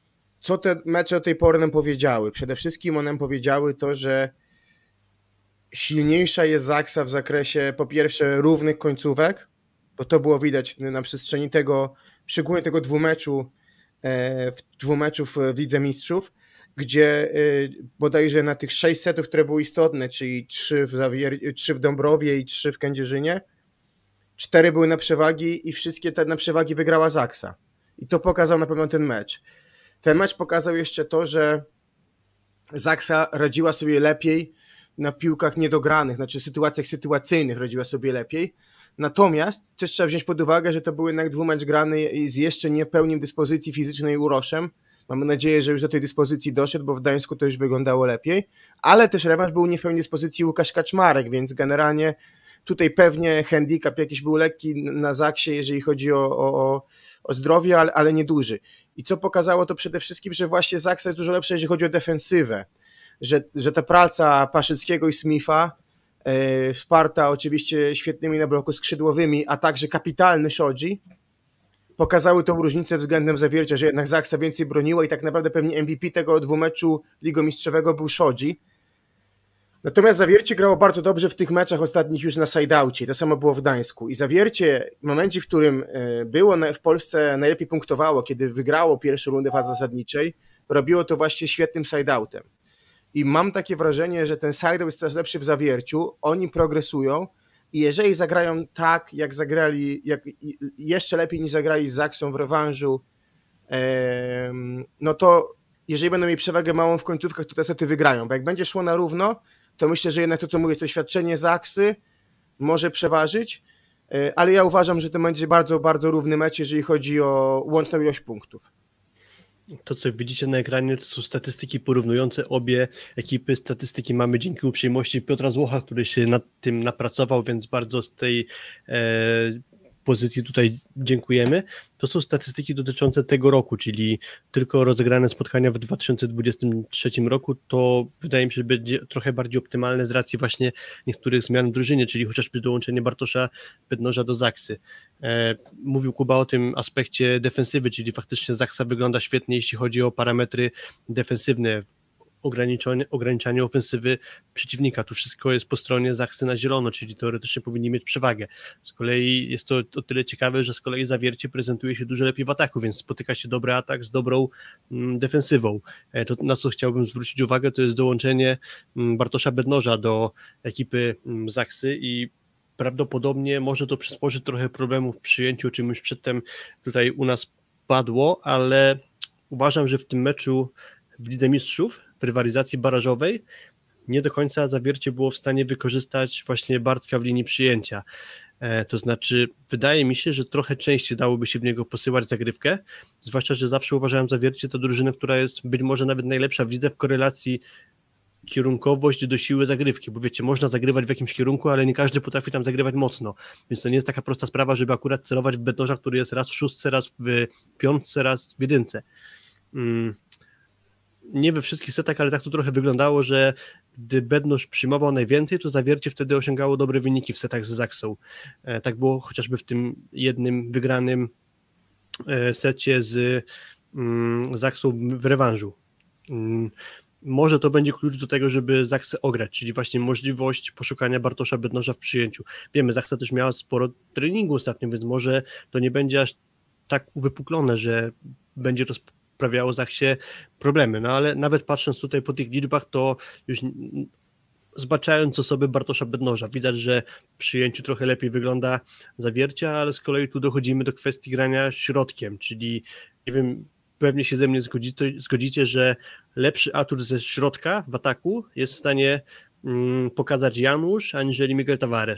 co te mecze do tej pory nam powiedziały? Przede wszystkim one nam powiedziały to, że silniejsza jest Zaksa w zakresie po pierwsze równych końcówek, bo to było widać na przestrzeni tego, szczególnie tego dwumeczu, dwumeczów w Lidze Mistrzów, gdzie bodajże na tych sześć setów, które były istotne, czyli trzy w, Zawier- trzy w Dąbrowie i trzy w Kędzierzynie, cztery były na przewagi i wszystkie te na przewagi wygrała Zaksa. I to pokazał na pewno ten mecz. Ten mecz pokazał jeszcze to, że Zaksa radziła sobie lepiej na piłkach niedogranych, znaczy sytuacjach sytuacyjnych radziła sobie lepiej. Natomiast też trzeba wziąć pod uwagę, że to był jednak dwumecz grany z jeszcze niepełnym dyspozycji fizycznej Uroszem. Mamy nadzieję, że już do tej dyspozycji doszedł, bo w Gdańsku to już wyglądało lepiej. Ale też rewanż był nie w pełnej dyspozycji Łukasz Kaczmarek, więc generalnie tutaj pewnie handicap jakiś był lekki na Zaksie, jeżeli chodzi o, o, o zdrowie, ale, ale nieduży. I co pokazało to przede wszystkim, że właśnie Zaksa jest dużo lepsza, jeżeli chodzi o defensywę. Że, że ta praca Paszyckiego i Smitha, yy, wsparta oczywiście świetnymi na bloku skrzydłowymi, a także kapitalny Shoji, pokazały tą różnicę względem Zawiercia, że jednak Zaksa więcej broniła i tak naprawdę pewnie M V P tego dwumeczu ligomistrzowego był Shoji. Natomiast Zawiercie grało bardzo dobrze w tych meczach ostatnich już na side-outie. To samo było w Gdańsku. I Zawiercie w momencie, w którym było w Polsce najlepiej punktowało, kiedy wygrało pierwszą rundę fazy zasadniczej, robiło to właśnie świetnym side-outem. I mam takie wrażenie, że ten side-out jest coraz lepszy w Zawierciu, oni progresują i jeżeli zagrają tak, jak zagrali, jak jeszcze lepiej niż zagrali z Zaksą w rewanżu, no to jeżeli będą mieli przewagę małą w końcówkach, to te sety wygrają, bo jak będzie szło na równo, to myślę, że jednak to, co mówię, to doświadczenie Zaksy może przeważyć, ale ja uważam, że to będzie bardzo, bardzo równy mecz, jeżeli chodzi o łączną ilość punktów. To, co widzicie na ekranie, to są statystyki porównujące obie ekipy. Statystyki mamy dzięki uprzejmości Piotra Złocha, który się nad tym napracował, więc bardzo z tej e, pozycji tutaj dziękujemy. To są statystyki dotyczące tego roku, czyli tylko rozegrane spotkania w dwa tysiące dwudziestym trzecim roku, to wydaje mi się, że będzie trochę bardziej optymalne z racji właśnie niektórych zmian w drużynie, czyli chociażby dołączenie Bartosza Bednoża do Zaksy. E, mówił Kuba o tym aspekcie defensywy, czyli faktycznie Zaksa wygląda świetnie, jeśli chodzi o parametry defensywne, ograniczanie, ograniczanie ofensywy przeciwnika. Tu wszystko jest po stronie Zaksy na zielono, czyli teoretycznie powinni mieć przewagę. Z kolei jest to o tyle ciekawe, że z kolei Zawiercie prezentuje się dużo lepiej w ataku, więc spotyka się dobry atak z dobrą mm, defensywą. E, to, na co chciałbym zwrócić uwagę, to jest dołączenie mm, Bartosza Bednoża do ekipy mm, Zaksy i prawdopodobnie może to przysporzyć trochę problemów w przyjęciu, o czym już przedtem tutaj u nas padło, ale uważam, że w tym meczu w Lidze Mistrzów, w rywalizacji barażowej, nie do końca Zawiercie było w stanie wykorzystać właśnie Bartka w linii przyjęcia. E, to znaczy, wydaje mi się, że trochę częściej dałoby się w niego posyłać zagrywkę, zwłaszcza, że zawsze uważałem Zawiercie to drużynę, która jest być może nawet najlepsza w lidze w korelacji kierunkowość do siły zagrywki, bo wiecie, można zagrywać w jakimś kierunku, ale nie każdy potrafi tam zagrywać mocno, więc to nie jest taka prosta sprawa, żeby akurat celować w Bednoża, który jest raz w szóstce, raz w piątce, raz w jedynce. Mm. Nie we wszystkich setach, ale tak to trochę wyglądało, że gdy Bednoż przyjmował najwięcej, to Zawiercie wtedy osiągało dobre wyniki w setach z Zaksą. E, tak było chociażby w tym jednym wygranym e, secie z mm, Zaksą w rewanżu. Mm, może to będzie klucz do tego, żeby Zaksę ograć, czyli właśnie możliwość poszukania Bartosza Bednoża w przyjęciu. Wiemy, Zaksa też miała sporo treningu ostatnio, więc może to nie będzie aż tak uwypuklone, że będzie to sprawiało Zaksie problemy, no ale nawet patrząc tutaj po tych liczbach, to już zbaczając osobę Bartosza Bednoża, widać, że w przyjęciu trochę lepiej wygląda Zawiercia, ale z kolei tu dochodzimy do kwestii grania środkiem, czyli nie wiem, pewnie się ze mnie zgodzicie, zgodzicie, że lepszy atut ze środka w ataku jest w stanie mm, pokazać Janusz, aniżeli Miguel Tavares.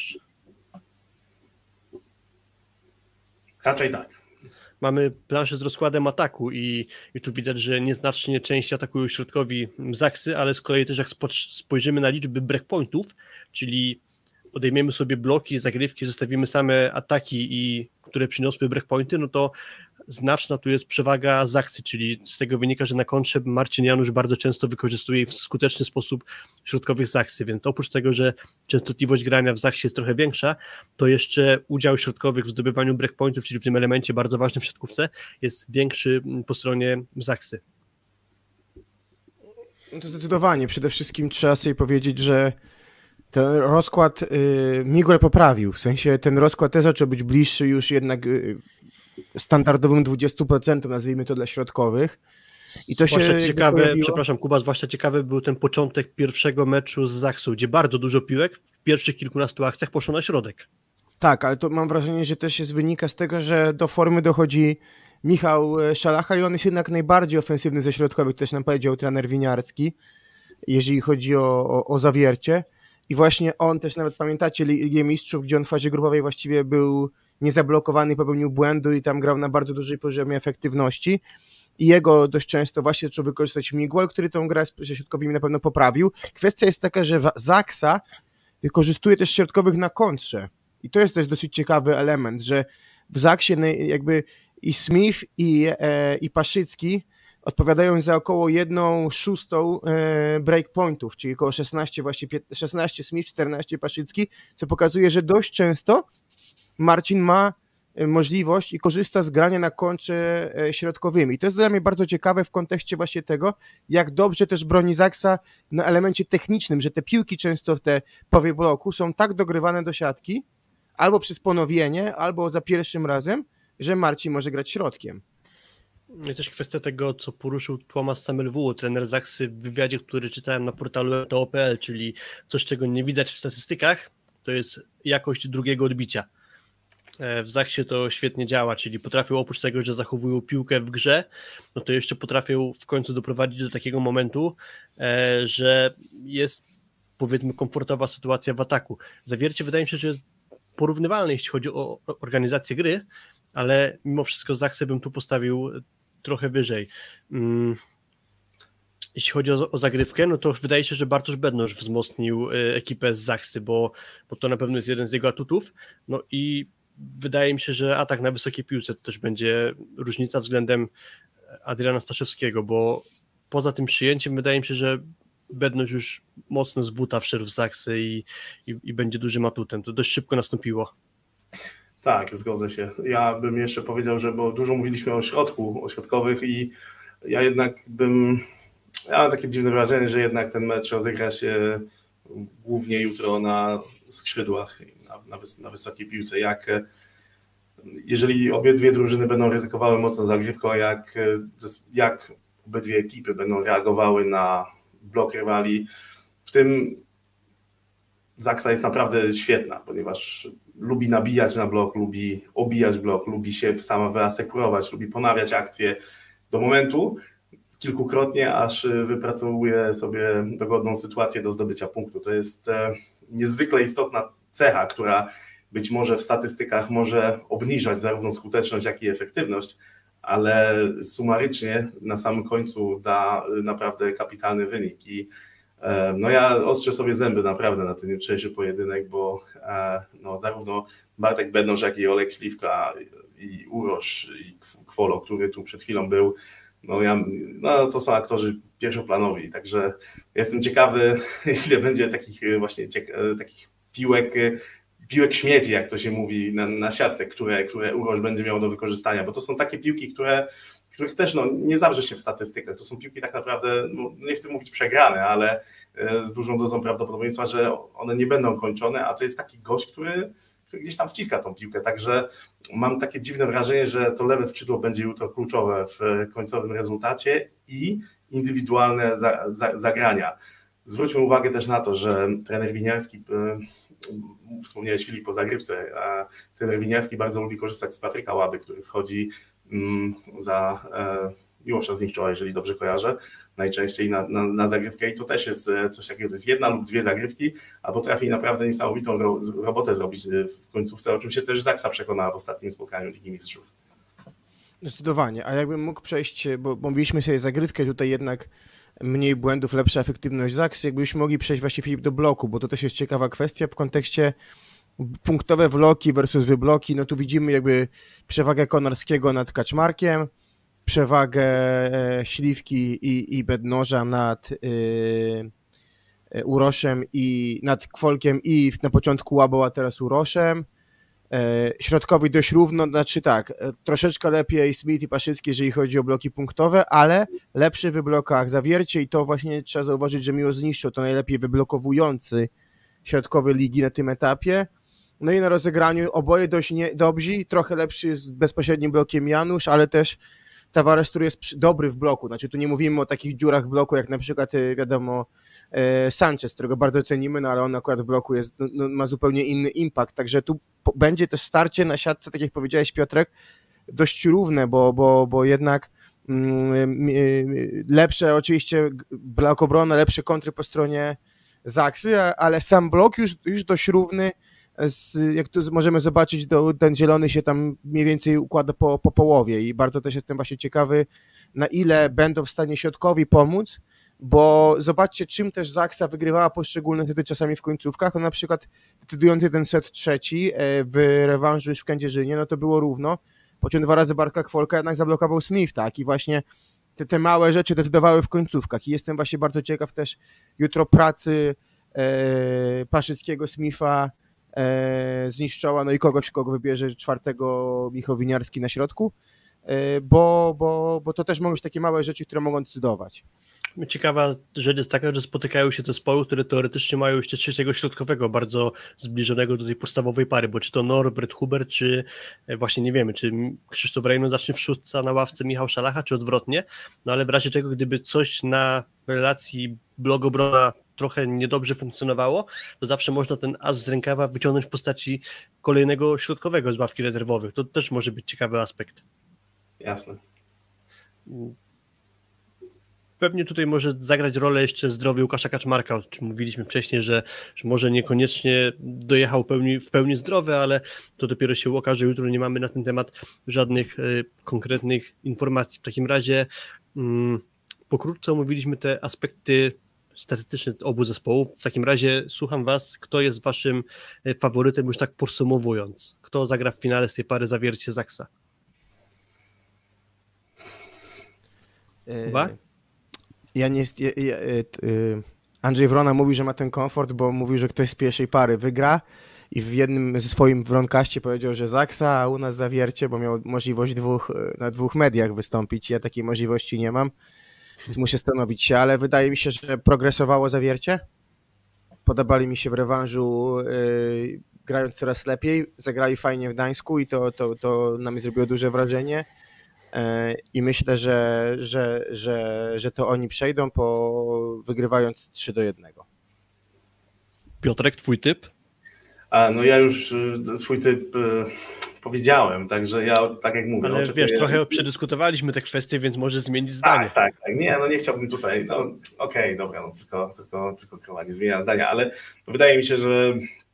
Raczej tak. Mamy planszę z rozkładem ataku i, i tu widać, że nieznacznie częściej atakują środkowi Zaksy, ale z kolei też jak spojrzymy na liczby breakpointów, czyli odejmiemy sobie bloki, zagrywki, zostawimy same ataki, i które przyniosły breakpointy, no to znaczna tu jest przewaga Zaksy, czyli z tego wynika, że na kontrze Marcin Janusz bardzo często wykorzystuje w skuteczny sposób środkowych Zaksy, więc oprócz tego, że częstotliwość grania w Zaksie jest trochę większa, to jeszcze udział środkowych w zdobywaniu breakpointów, czyli w tym elemencie bardzo ważnym w siatkówce, jest większy po stronie Zaksy. No to zdecydowanie. Przede wszystkim trzeba sobie powiedzieć, że ten rozkład y, Miguel poprawił. W sensie ten rozkład też zaczął być bliższy już jednak y, standardowym dwudziestu procentom, nazwijmy to dla środkowych. I to zwłaszcza się ciekawe, pojawiło... przepraszam Kuba, zwłaszcza ciekawy był ten początek pierwszego meczu z Zaksą, gdzie bardzo dużo piłek w pierwszych kilkunastu akcjach poszło na środek. Tak, ale to mam wrażenie, że też jest wynika z tego, że do formy dochodzi Michał Szalacha i on jest jednak najbardziej ofensywny ze środkowych, też nam powiedział trener Winiarski, jeżeli chodzi o, o, o zawiercie. I właśnie on też, nawet pamiętacie Ligę Mistrzów, gdzie on w fazie grupowej właściwie był niezablokowany, popełnił błędu i tam grał na bardzo dużej poziomie efektywności. I jego dość często właśnie zaczął wykorzystać Miguel, który tą grę ze środkowymi na pewno poprawił. Kwestia jest taka, że Zaksa wykorzystuje też środkowych na kontrze. I to jest też dosyć ciekawy element, że w Zaksie jakby i Smith i, e, i Paszycki odpowiadają za około jedną szóstą e, breakpointów, czyli około szesnaście, właśnie szesnaście Smith, czternaście Paszycki, co pokazuje, że dość często Marcin ma możliwość i korzysta z grania na kontrze środkowymi. I to jest dla mnie bardzo ciekawe w kontekście właśnie tego, jak dobrze też broni Zaksa na elemencie technicznym, że te piłki często w te połowie bloku są tak dogrywane do siatki, albo przez ponowienie, albo za pierwszym razem, że Marcin może grać środkiem. I też kwestia tego, co poruszył Tomasz Samelwu, trener Zaksy w wywiadzie, który czytałem na portalu T O P kropka P L, czyli coś, czego nie widać w statystykach, to jest jakość drugiego odbicia. W Zaksie to świetnie działa, czyli potrafią oprócz tego, że zachowują piłkę w grze, no to jeszcze potrafią w końcu doprowadzić do takiego momentu, że jest, powiedzmy, komfortowa sytuacja w ataku. Zawiercie wydaje mi się, że jest porównywalne, jeśli chodzi o organizację gry, ale mimo wszystko Zaksę bym tu postawił trochę wyżej. Jeśli chodzi o, o zagrywkę, no to wydaje się, że Bartosz Bednosz wzmocnił ekipę z Zaksy, bo, bo to na pewno jest jeden z jego atutów. No i wydaje mi się, że atak na wysokiej piłce to też będzie różnica względem Adriana Staszewskiego, bo poza tym przyjęciem wydaje mi się, że Bednosz już mocno z buta wszedł w Zaksy i, i, i będzie dużym atutem. To dość szybko nastąpiło. Tak, zgodzę się. Ja bym jeszcze powiedział, że bo dużo mówiliśmy o środku, o środkowych i ja jednak bym, ja mam takie dziwne wrażenie, że jednak ten mecz rozegra się głównie jutro na skrzydłach, na, na, wys, na wysokiej piłce. Jak, jeżeli obydwie drużyny będą ryzykowały mocno zagrywką, jak, jak obydwie ekipy będą reagowały na blok rywali, w tym Zaksa jest naprawdę świetna, ponieważ lubi nabijać na blok, lubi obijać blok, lubi się sama wyasekurować, lubi ponawiać akcje do momentu, kilkukrotnie, aż wypracowuje sobie dogodną sytuację do zdobycia punktu. To jest niezwykle istotna cecha, która być może w statystykach może obniżać zarówno skuteczność, jak i efektywność, ale sumarycznie na samym końcu da naprawdę kapitalny wynik. I no ja ostrzę sobie zęby naprawdę na ten jutrzejszy pojedynek, bo no, zarówno Bartek Bednosz, jak i Olek Śliwka i Urosz i Kwolo, który tu przed chwilą był, no, ja, no to są aktorzy pierwszoplanowi, także jestem ciekawy, ile będzie takich właśnie cieka- takich piłek, piłek śmieci, jak to się mówi na, na siatce, które, które Urosz będzie miał do wykorzystania, bo to są takie piłki, które których też no, nie zawrze się w statystykach. To są piłki tak naprawdę, no, nie chcę mówić przegrane, ale z dużą dozą prawdopodobieństwa, że one nie będą kończone, a to jest taki gość, który, który gdzieś tam wciska tą piłkę. Także mam takie dziwne wrażenie, że to lewe skrzydło będzie jutro kluczowe w końcowym rezultacie i indywidualne za, za, zagrania. Zwróćmy uwagę też na to, że trener Winiarski, wspomniałeś Filip o zagrywce, a trener Winiarski bardzo lubi korzystać z Patryka Łaby, który wchodzi za Miłosza Zniszczoła, jeżeli dobrze kojarzę, najczęściej na, na, na zagrywkę i to też jest coś takiego, to jest jedna lub dwie zagrywki, a potrafi naprawdę niesamowitą ro, robotę zrobić w końcówce, o czym się też Zaksa przekonała w ostatnim spotkaniu Ligi Mistrzów. Zdecydowanie, a jakbym mógł przejść, bo, bo mówiliśmy sobie zagrywkę, tutaj jednak mniej błędów, lepsza efektywność Zaksy, jakbyśmy mogli przejść właśnie, Filip, do bloku, bo to też jest ciekawa kwestia w kontekście punktowe wloki versus wybloki, no tu widzimy jakby przewagę Konarskiego nad Kaczmarkiem, przewagę Śliwki i, i Bednoża nad yy, Uroszem i nad Kwolkiem i na początku Łabą, a teraz Uroszem. środkowi dość równo, znaczy tak, troszeczkę lepiej Smith i Paszycki, jeżeli chodzi o bloki punktowe, ale lepszy w blokach Zawiercie i to właśnie trzeba zauważyć, że Miłosz Zniszczał to najlepiej wyblokowujący środkowy ligi na tym etapie. No i na rozegraniu oboje dość nie, dobrzy, trochę lepszy z bezpośrednim blokiem Janusz, ale też Tavares, który jest przy, dobry w bloku, znaczy tu nie mówimy o takich dziurach w bloku, jak na przykład wiadomo e, Sanchez, którego bardzo cenimy, no ale on akurat w bloku jest, no, no, ma zupełnie inny impact, także tu po, będzie też starcie na siatce, tak jak powiedziałeś Piotrek, dość równe, bo, bo, bo jednak mm, lepsze oczywiście blok obrony, lepsze kontry po stronie Zaksy, ale sam blok już, już dość równy. Z, jak tu możemy zobaczyć, do, ten zielony się tam mniej więcej układa po, po połowie i bardzo też jestem właśnie ciekawy, na ile będą w stanie środkowi pomóc, bo zobaczcie, czym też Zaksa wygrywała poszczególne wtedy czasami w końcówkach, on na przykład decydujący ten set trzeci w rewanżu już w Kędzierzynie, no to było równo, po czym dwa razy Bartka Kwolka jednak zablokował Smith, tak, i właśnie te, te małe rzeczy decydowały w końcówkach i jestem właśnie bardzo ciekaw też jutro pracy e, Paszyckiego, Smitha, E, Zniszczoła, no i kogoś, kogo wybierze czwartego Michał Winiarski na środku, e, bo, bo, bo to też mogą być takie małe rzeczy, które mogą decydować. Ciekawa rzecz jest taka, że spotykają się zespoły, które teoretycznie mają jeszcze trzeciego środkowego, bardzo zbliżonego do tej podstawowej pary, bo czy to Norbert Huber, czy właśnie nie wiemy, czy Krzysztof Rejno zacznie w szóstce na ławce Michał Szalacha, czy odwrotnie, no ale w razie czego, gdyby coś na relacji blok obrona trochę niedobrze funkcjonowało, to zawsze można ten as z rękawa wyciągnąć w postaci kolejnego środkowego z ławki rezerwowych. To też może być ciekawy aspekt. Jasne. Pewnie tutaj może zagrać rolę jeszcze zdrowie Łukasza Kaczmarka, o czym mówiliśmy wcześniej, że, że może niekoniecznie dojechał pełni, w pełni zdrowy, ale to dopiero się okaże. Jutro nie mamy na ten temat żadnych y, konkretnych informacji. W takim razie mm, pokrótce omówiliśmy te aspekty statystyczne obu zespołów. W takim razie słucham was, kto jest waszym faworytem, już tak podsumowując. Kto zagra w finale z tej pary Zawiercie Zaksa? Chyba? Ja nie... Ja, ja, Andrzej Wrona mówi, że ma ten komfort, bo mówi, że ktoś z pierwszej pary wygra i w jednym ze swoim Wronkaście powiedział, że Zaksa, a u nas Zawiercie, bo miał możliwość dwóch, na dwóch mediach wystąpić. Ja takiej możliwości nie mam, więc muszę stanowić się, ale wydaje mi się, że progresowało Zawiercie. Podobali mi się w rewanżu, yy, grając coraz lepiej. Zagrali fajnie w Gdańsku i to, to, to na mnie zrobiło duże wrażenie. I myślę, że, że, że, że to oni przejdą, po wygrywając trzy do jednego. Piotrek, twój typ? A, no ja już swój typ y, powiedziałem, także ja tak jak mówię... Ale oczekuję... wiesz, trochę przedyskutowaliśmy te kwestie, więc możesz zmienić zdanie. Tak, tak, tak. Nie, no nie chciałbym tutaj, no okej, okay, dobra, no tylko, tylko, tylko krowa nie zmienia zdania, ale wydaje mi się, że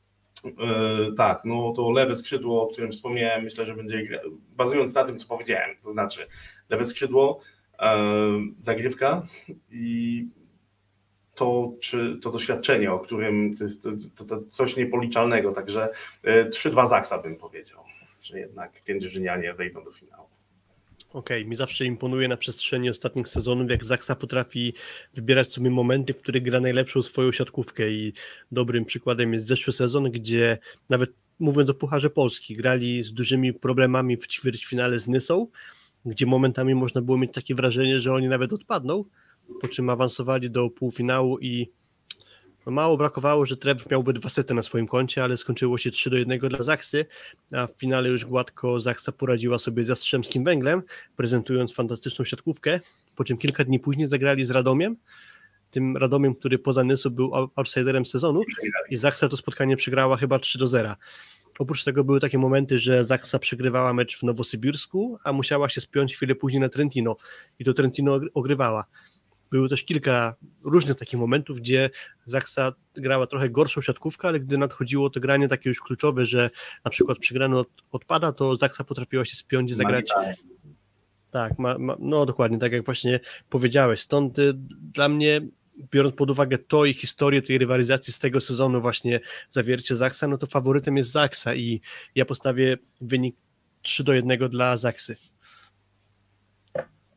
Yy, tak, no to lewe skrzydło, o którym wspomniałem, myślę, że będzie bazując na tym, co powiedziałem, to znaczy lewe skrzydło, yy, zagrywka i to, czy, to doświadczenie, o którym to jest to, to, to coś niepoliczalnego, także yy, trzy dwa Zaksa bym powiedział, że jednak Kędzierzynianie wejdą do finału. Okej, okay, mi zawsze imponuje na przestrzeni ostatnich sezonów, jak Zaksa potrafi wybierać sobie momenty, w których gra najlepszą swoją siatkówkę i dobrym przykładem jest zeszły sezon, gdzie nawet mówiąc o Pucharze Polski, grali z dużymi problemami w ćwierćfinale z Nysą, gdzie momentami można było mieć takie wrażenie, że oni nawet odpadną, po czym awansowali do półfinału i no mało brakowało, że Treb miałby dwa sety na swoim koncie, ale skończyło się trzy do jednego dla Zaksy, a w finale już gładko Zaksa poradziła sobie z Jastrzębskim Węglem, prezentując fantastyczną siatkówkę, po czym kilka dni później zagrali z Radomiem, tym Radomiem, który poza Nysą był outsiderem sezonu i Zaksa to spotkanie przegrała chyba trzy do zera. Oprócz tego były takie momenty, że Zaksa przegrywała mecz w Nowosybirsku, a musiała się spiąć chwilę później na Trentino i to Trentino ogrywała. Było też kilka różnych takich momentów, gdzie Zaksa grała trochę gorszą siatkówkę, ale gdy nadchodziło to granie takie już kluczowe, że na przykład przegrany od, odpada, to Zaksa potrafiła się spiąć i zagrać. Tak, ma, ma, no dokładnie, tak jak właśnie powiedziałeś. Stąd y, dla mnie, biorąc pod uwagę to i historię tej rywalizacji z tego sezonu właśnie Zawiercie Zaksa, no to faworytem jest Zaksa i ja postawię wynik trzy do jednego dla Zaksy.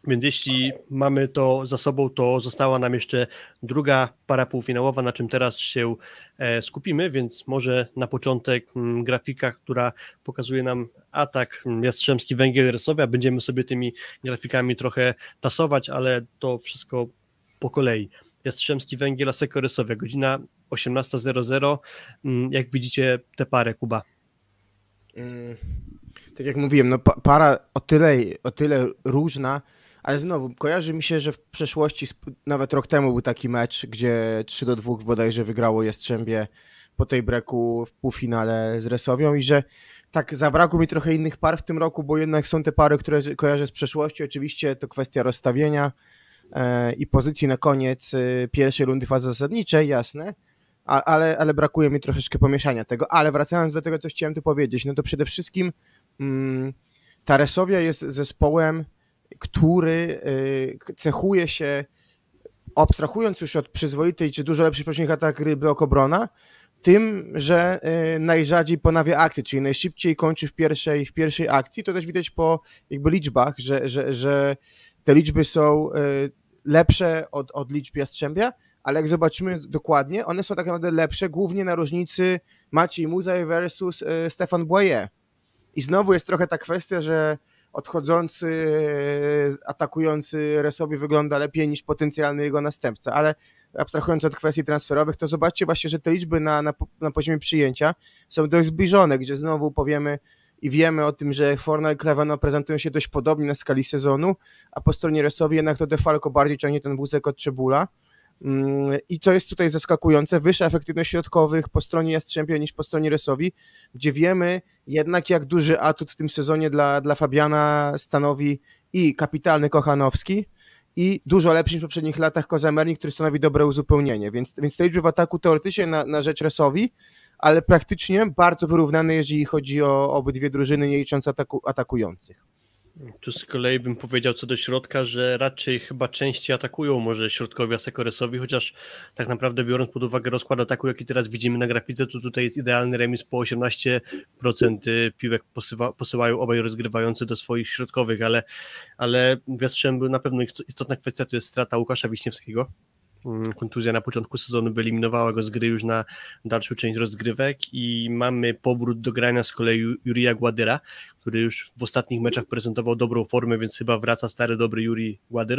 Więc jeśli mamy to za sobą, to została nam jeszcze druga para półfinałowa, na czym teraz się skupimy, więc może na początek grafika, która pokazuje nam atak Jastrzębski Węgiel Resowia. Będziemy sobie tymi grafikami trochę tasować, ale to wszystko po kolei. Jastrzębski Węgiel Asseco Resowia, godzina osiemnasta zero zero. Jak widzicie tę parę, Kuba? Mm, tak jak mówiłem, no pa- para o tyle, o tyle różna, ale znowu kojarzy mi się, że w przeszłości, nawet rok temu był taki mecz, gdzie trzy do dwóch bodajże wygrało Jastrzębie po tej breaku w półfinale z Resowią i że tak zabrakło mi trochę innych par w tym roku, bo jednak są te pary, które kojarzę z przeszłości. Oczywiście to kwestia rozstawienia e, i pozycji na koniec e, pierwszej rundy fazy zasadniczej, jasne, a, ale, ale brakuje mi troszeczkę pomieszania tego. Ale wracając do tego, co chciałem tu powiedzieć, no to przede wszystkim mm, ta Resowia jest zespołem, który y, cechuje się, abstrahując już od przyzwoitej czy dużo lepszej przeciwnika atak gry blok obrona, tym, że y, najrzadziej ponawia akcję, czyli najszybciej kończy w pierwszej, w pierwszej akcji. To też widać po jakby liczbach, że, że, że te liczby są y, lepsze od, od liczb Jastrzębia, ale jak zobaczymy dokładnie, one są tak naprawdę lepsze głównie na różnicy Maciej Muzaj versus y, Stefan Boyer. I znowu jest trochę ta kwestia, że odchodzący, atakujący Resowi wygląda lepiej niż potencjalny jego następca, ale abstrahując od kwestii transferowych, to zobaczcie właśnie, że te liczby na, na, na poziomie przyjęcia są dość zbliżone, gdzie znowu powiemy i wiemy o tym, że Fornal i Klevano prezentują się dość podobnie na skali sezonu, a po stronie Resowi jednak to DeFalco bardziej ciągnie ten wózek od Czebula. I co jest tutaj zaskakujące, wyższa efektywność środkowych po stronie Jastrzębia niż po stronie Resowi, gdzie wiemy jednak jak duży atut w tym sezonie dla, dla Fabiana stanowi i kapitalny Kochanowski i dużo lepszy niż w poprzednich latach Kozamernik, który stanowi dobre uzupełnienie, więc, więc te liczby w ataku teoretycznie na, na rzecz Resowi, ale praktycznie bardzo wyrównane, jeżeli chodzi o obydwie drużyny, nie licząc ataku, atakujących. Tu z kolei bym powiedział co do środka, że raczej chyba częściej atakują może środkowi Asseco Resowi, chociaż tak naprawdę biorąc pod uwagę rozkład ataku, jaki teraz widzimy na grafice, to tutaj jest idealny remis, po osiemnaście procent piłek posyła, posyłają obaj rozgrywający do swoich środkowych, ale, ale w Jastrzębiu na pewno istotna kwestia to jest strata Łukasza Wiśniewskiego. Kontuzja na początku sezonu wyeliminowała go z gry już na dalszą część rozgrywek i mamy powrót do grania z kolei Jurija Gładyra, który już w ostatnich meczach prezentował dobrą formę, więc chyba wraca stary dobry Juri Gładyr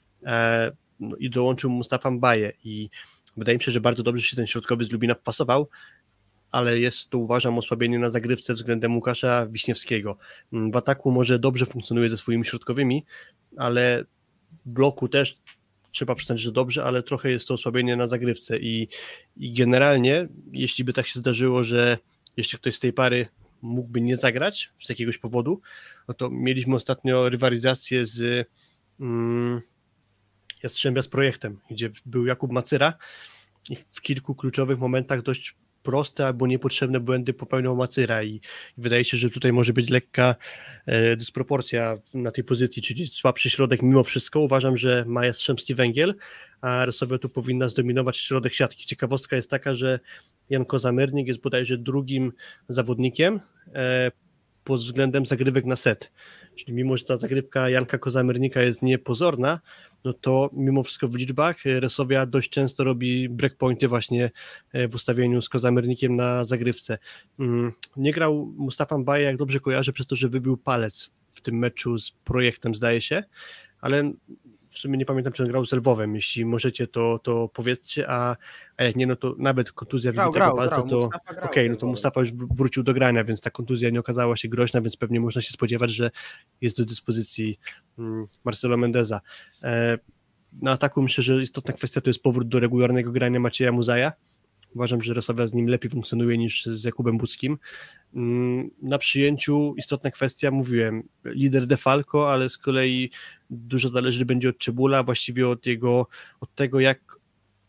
e, no i dołączył Mustafa Mbaje i wydaje mi się, że bardzo dobrze się ten środkowy z Lubina wpasował, ale jest to uważam osłabienie na zagrywce względem Łukasza Wiśniewskiego. W ataku może dobrze funkcjonuje ze swoimi środkowymi, ale w bloku też trzeba przyznać, że dobrze, ale trochę jest to osłabienie na zagrywce i, i generalnie, jeśli by tak się zdarzyło, że jeszcze ktoś z tej pary mógłby nie zagrać z jakiegoś powodu, no to mieliśmy ostatnio rywalizację z mm, Jastrzębia z Projektem, gdzie był Jakub Macyra i w kilku kluczowych momentach dość proste albo niepotrzebne błędy popełniał Macyra i wydaje się, że tutaj może być lekka e, dysproporcja na tej pozycji, czyli słabszy środek mimo wszystko. Uważam, że ma Jastrzębski Węgiel, a Resowia tu powinna zdominować środek siatki. Ciekawostka jest taka, że Jan Kozamernik jest bodajże drugim zawodnikiem e, pod względem zagrywek na set. Czyli mimo, że ta zagrywka Janka Kozamernika jest niepozorna, no to mimo wszystko w liczbach Resowia dość często robi breakpointy właśnie w ustawieniu z Kozamernikiem na zagrywce. Nie grał Mustafa Mbaje, jak dobrze kojarzę, przez to, że wybił palec w tym meczu z Projektem, zdaje się, ale w sumie nie pamiętam, czy on grał z Lwowem. Jeśli możecie, to, to powiedzcie, a, a jak nie, no to nawet kontuzja grał, wybitego grał, palca, grał. to okej, okay, no to Mustafa już wrócił do grania, więc ta kontuzja nie okazała się groźna, więc pewnie można się spodziewać, że jest do dyspozycji mm, Marcelo Mendeza. E, na ataku myślę, że istotna kwestia to jest powrót do regularnego grania Macieja Muzaja. Uważam, że Resowia z nim lepiej funkcjonuje niż z Jakubem Buckim. Na przyjęciu istotna kwestia, mówiłem, lider DeFalco, ale z kolei dużo zależy będzie od Czebula, właściwie od jego, od tego, jak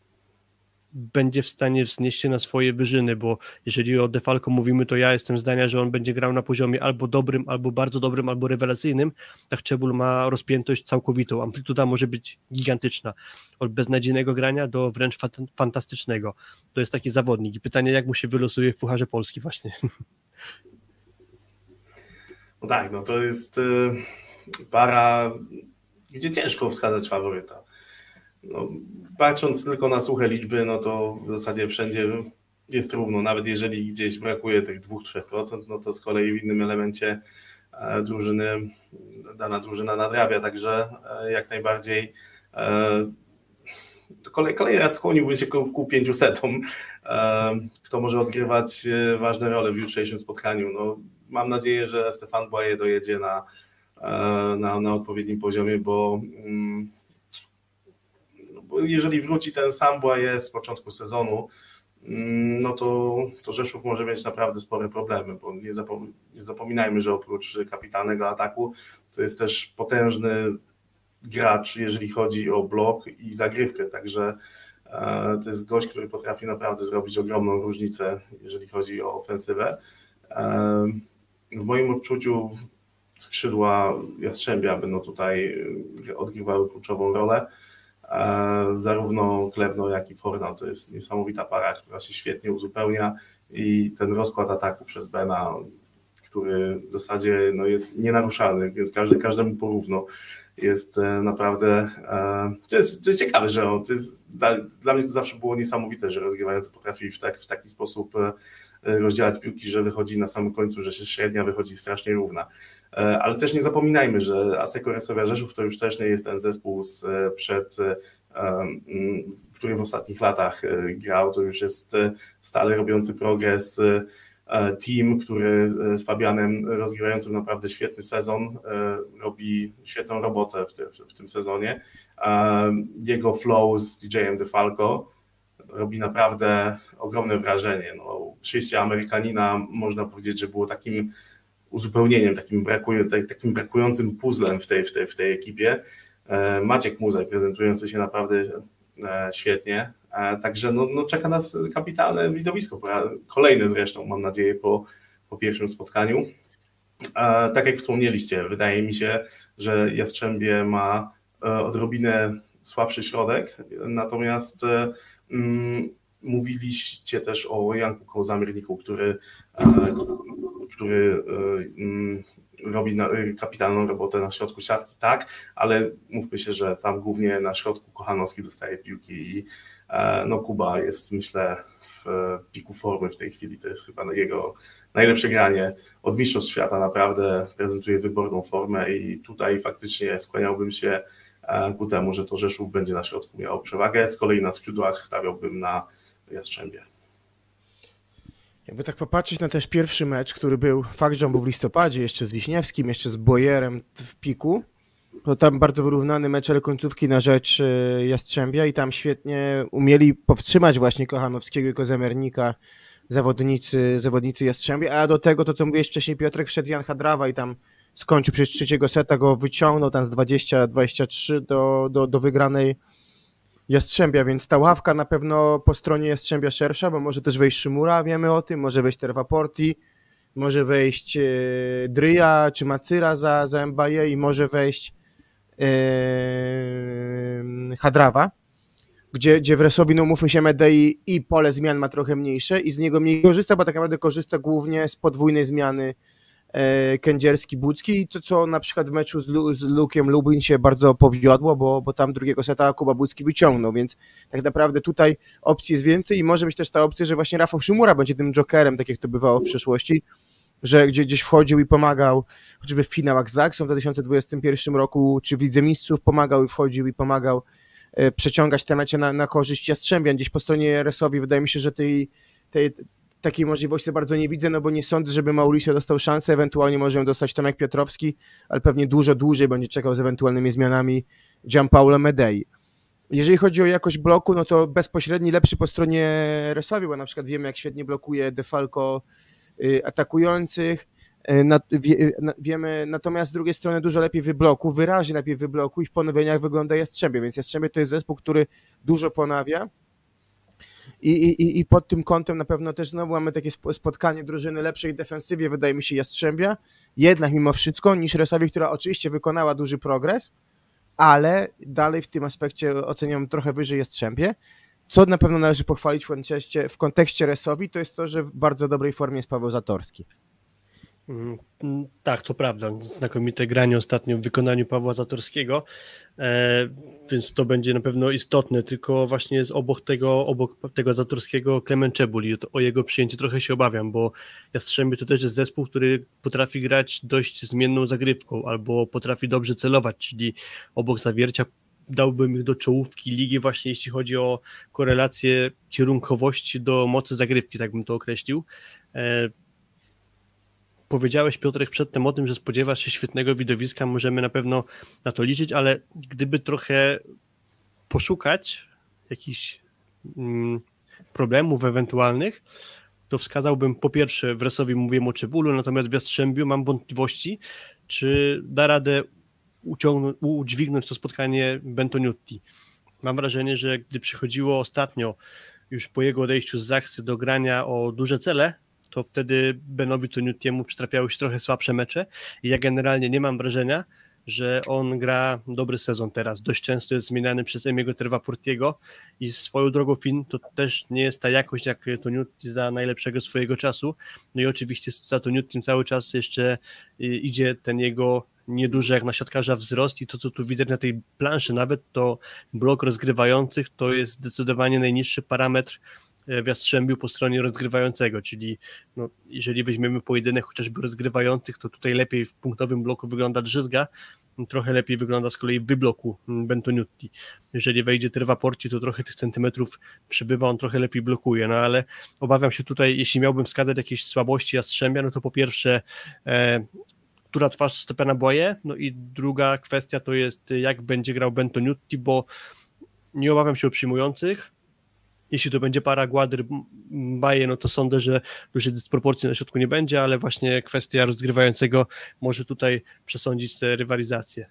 będzie w stanie wznieść się na swoje wyżyny, bo jeżeli o DeFalco mówimy, to ja jestem zdania, że on będzie grał na poziomie albo dobrym, albo bardzo dobrym, albo rewelacyjnym, tak Czebul ma rozpiętość całkowitą, amplituda może być gigantyczna, od beznadziejnego grania do wręcz fantastycznego. To jest taki zawodnik i pytanie, jak mu się wylosuje w Pucharze Polski właśnie. No tak, no to jest y, para gdzie ciężko wskazać faworyta. No, patrząc tylko na suche liczby, no to w zasadzie wszędzie jest równo, nawet jeżeli gdzieś brakuje tych dwa do trzech procent, no to z kolei w innym elemencie drużyny, dana drużyna nadrabia, także jak najbardziej kolej, kolejny raz skłoniłbym się ku, ku pięciusetom, kto może odgrywać ważne role w jutrzejszym spotkaniu. No, mam nadzieję, że Stefan Boye dojedzie na, na, na odpowiednim poziomie, bo jeżeli wróci ten sam Boye z początku sezonu, no to, to Rzeszów może mieć naprawdę spore problemy, bo nie, zapom- nie zapominajmy, że oprócz kapitalnego ataku to jest też potężny gracz, jeżeli chodzi o blok i zagrywkę, także e, to jest gość, który potrafi naprawdę zrobić ogromną różnicę, jeżeli chodzi o ofensywę. E, w moim odczuciu skrzydła Jastrzębia będą tutaj odgrywały kluczową rolę. Zarówno Klewno, jak i Fornal to jest niesamowita para, która się świetnie uzupełnia i ten rozkład ataku przez Bena, który w zasadzie no, jest nienaruszalny, więc każdy, każdemu porówno jest naprawdę, to jest, to jest ciekawe, że on, to jest, dla, dla mnie to zawsze było niesamowite, że rozgrywający potrafi w, tak, w taki sposób rozdzielać piłki, że wychodzi na samym końcu, że się średnia wychodzi strasznie równa. Ale też nie zapominajmy, że Asseco Resovia Rzeszów to już też nie jest ten zespół sprzed, który w ostatnich latach grał, to już jest stale robiący progres team, który z Fabianem rozgrywającym naprawdę świetny sezon, robi świetną robotę w, te, w tym sezonie. Jego flow z D J-em DeFalco robi naprawdę ogromne wrażenie. No, przyjście Amerykanina można powiedzieć, że było takim uzupełnieniem, takim, brakuj, takim brakującym puzzlem w tej, w, tej, w tej ekipie. Maciek Muzaj prezentujący się naprawdę świetnie, także no, no czeka nas kapitalne widowisko, kolejne zresztą mam nadzieję po, po pierwszym spotkaniu. Tak jak wspomnieliście, wydaje mi się, że Jastrzębie ma odrobinę słabszy środek, natomiast mm, mówiliście też o Janku Kołzamerniku, który, który mm, robi na, kapitalną robotę na środku siatki, tak, ale mówmy się, że tam głównie na środku Kochanowski dostaje piłki i no, Kuba jest, myślę, w piku formy w tej chwili, to jest chyba jego najlepsze granie od mistrzostw świata, naprawdę prezentuje wyborną formę i tutaj faktycznie skłaniałbym się ku temu, że to Rzeszów będzie na środku miał przewagę, z kolei na skrzydłach stawiałbym na Jastrzębie. Jakby tak popatrzeć na też pierwszy mecz, który był, fakt, że on był w listopadzie, jeszcze z Wiśniewskim, jeszcze z Bojerem w piku, to tam bardzo wyrównany mecz, ale końcówki na rzecz Jastrzębia i tam świetnie umieli powstrzymać właśnie Kochanowskiego i Kozamernika zawodnicy, zawodnicy Jastrzębia, a do tego to, co mówiłeś wcześniej, Piotrek, wszedł Jan Hadrawa i tam skończył przez trzeciego seta, go wyciągnął tam z dwadzieścia dwadzieścia trzy do, do, do wygranej Jastrzębia, więc ta ławka na pewno po stronie Jastrzębia szersza, bo może też wejść Szymura, wiemy o tym, może wejść Terwaporti, może wejść e, Dryja czy Macyra za, za Mbaye i może wejść e, Hadrawa, gdzie, gdzie w Resowi, no mówmy się, Medei i pole zmian ma trochę mniejsze i z niego mniej korzysta, bo tak naprawdę korzysta głównie z podwójnej zmiany Kędzierski-Bucki i to, co na przykład w meczu z, Lu- z Lukiem Lublin się bardzo powiodło, bo, bo tam drugiego seta Kuba Bucki wyciągnął, więc tak naprawdę tutaj opcji jest więcej i może być też ta opcja, że właśnie Rafał Szymura będzie tym jokerem, tak jak to bywało w przeszłości, że gdzie, gdzieś wchodził i pomagał, choćby w finałach z Zaksą w dwa tysiące dwudziestym pierwszym roku, czy w Lidze Mistrzów pomagał i wchodził i pomagał e, przeciągać te mecze na, na korzyść Jastrzębia. Gdzieś po stronie Resowi wydaje mi się, że tej, tej takiej możliwości za bardzo nie widzę, no bo nie sądzę, żeby Mauricio dostał szansę, ewentualnie może ją dostać Tomek Piotrowski, ale pewnie dużo dłużej będzie czekał z ewentualnymi zmianami Gianpaolo Medei. Jeżeli chodzi o jakość bloku, no to bezpośredni lepszy po stronie Resowi, bo na przykład wiemy, jak świetnie blokuje DeFalco y, atakujących, y, na, wie, na, wiemy, natomiast z drugiej strony dużo lepiej wybloku, wyraźnie lepiej wybloku i w ponowieniach wygląda Jastrzębie, więc Jastrzębie to jest zespół, który dużo ponawia. I, i, I pod tym kątem na pewno też znowu mamy takie spotkanie drużyny lepszej defensywie, wydaje mi się, Jastrzębia, jednak mimo wszystko niż Resowi, która oczywiście wykonała duży progres, ale dalej w tym aspekcie oceniam trochę wyżej Jastrzębie. Co na pewno należy pochwalić w kontekście, w kontekście Resowi, to jest to, że w bardzo dobrej formie jest Paweł Zatorski. Tak, to prawda. Znakomite granie ostatnio w wykonaniu Pawła Zatorskiego, e, więc to będzie na pewno istotne, tylko właśnie jest obok tego, obok tego Zatorskiego Klemen Czebul i o jego przyjęcie trochę się obawiam, bo Jastrzębie to też jest zespół, który potrafi grać dość zmienną zagrywką albo potrafi dobrze celować, czyli obok Zawiercia dałbym ich do czołówki ligi właśnie jeśli chodzi o korelację kierunkowości do mocy zagrywki, tak bym to określił. E, Powiedziałeś, Piotrek, przedtem o tym, że spodziewasz się świetnego widowiska, możemy na pewno na to liczyć, ale gdyby trochę poszukać jakichś mm, problemów ewentualnych, to wskazałbym po pierwsze, w Resowi mówiłem o Czebulu, natomiast w Jastrzębiu mam wątpliwości, czy da radę uciągnąć, udźwignąć to spotkanie Bentoniutti. Mam wrażenie, że gdy przychodziło ostatnio, już po jego odejściu z Zaksy do grania o duże cele, to wtedy Benowi Toniuttiemu przytrafiały się trochę słabsze mecze i ja generalnie nie mam wrażenia, że on gra dobry sezon teraz. Dość często jest zmieniany przez Emiego Tervaportiego i swoją drogą Finn to też nie jest ta jakość jak Toniutti za najlepszego swojego czasu. No i oczywiście za Toniuttim cały czas jeszcze idzie ten jego nieduży jak na siatkarza wzrost i to, co tu widzę na tej planszy nawet, to blok rozgrywających to jest zdecydowanie najniższy parametr w Jastrzębiu po stronie rozgrywającego, czyli no, jeżeli weźmiemy pojedynek chociażby rozgrywających, to tutaj lepiej w punktowym bloku wygląda Drzyzga, trochę lepiej wygląda z kolei w wybloku Bentoniutti. Jeżeli wejdzie Tervaporti, to trochę tych centymetrów przybywa, on trochę lepiej blokuje, no ale obawiam się tutaj, jeśli miałbym wskazać jakieś słabości Jastrzębia, no to po pierwsze e, która twarz Stepana Boye, no i druga kwestia to jest jak będzie grał Bentoniutti, bo nie obawiam się o przyjmujących. Jeśli to będzie para Gładry-Baje, no to sądzę, że dużej dysproporcji na środku nie będzie, ale właśnie kwestia rozgrywającego może tutaj przesądzić te rywalizacje.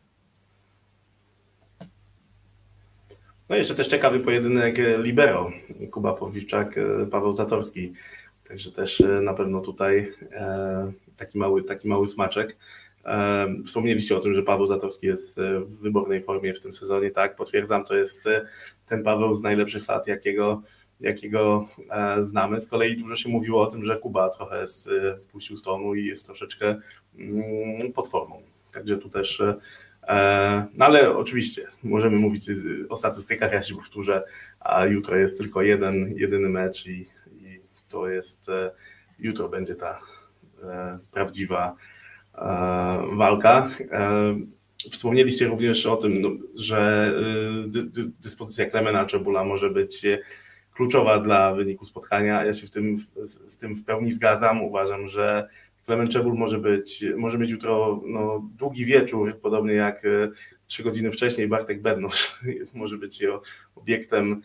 No i jeszcze też ciekawy pojedynek libero, Kuba Pawliczak, Paweł Zatorski, także też na pewno tutaj taki mały, taki mały smaczek. Wspomnieliście o tym, że Paweł Zatorski jest w wybornej formie w tym sezonie, tak, potwierdzam, to jest ten Paweł z najlepszych lat, jakiego, jakiego znamy. Z kolei dużo się mówiło o tym, że Kuba trochę spuścił z tonu i jest troszeczkę pod formą, także tu też, no ale oczywiście możemy mówić o statystykach, ja się powtórzę, a jutro jest tylko jeden, jedyny mecz i, i to jest, jutro będzie ta prawdziwa walka. Wspomnieliście również o tym, no, że dy, dy, dyspozycja Klemena Czebula może być kluczowa dla wyniku spotkania. Ja się w tym, z tym w pełni zgadzam. Uważam, że Klemen Czebul może być, może mieć jutro no, długi wieczór, podobnie jak trzy godziny wcześniej Bartek Bednosz może być obiektem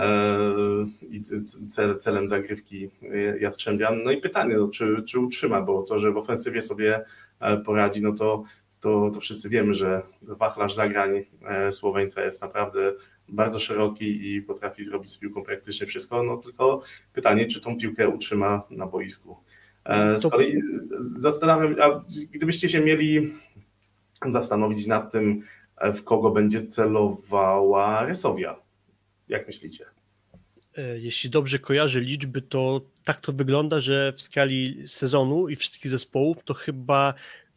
i celem zagrywki Jastrzębian. No i pytanie, no, czy, czy utrzyma, bo to, że w ofensywie sobie poradzi, no to, to, to wszyscy wiemy, że wachlarz zagrań Słoweńca jest naprawdę bardzo szeroki i potrafi zrobić z piłką praktycznie wszystko, no tylko pytanie, czy tą piłkę utrzyma na boisku. Z kolei zastanawiam, a gdybyście się mieli zastanowić nad tym, w kogo będzie celowała Resowia, jak myślicie? Jeśli dobrze kojarzę liczby, to tak to wygląda, że w skali sezonu i wszystkich zespołów to chyba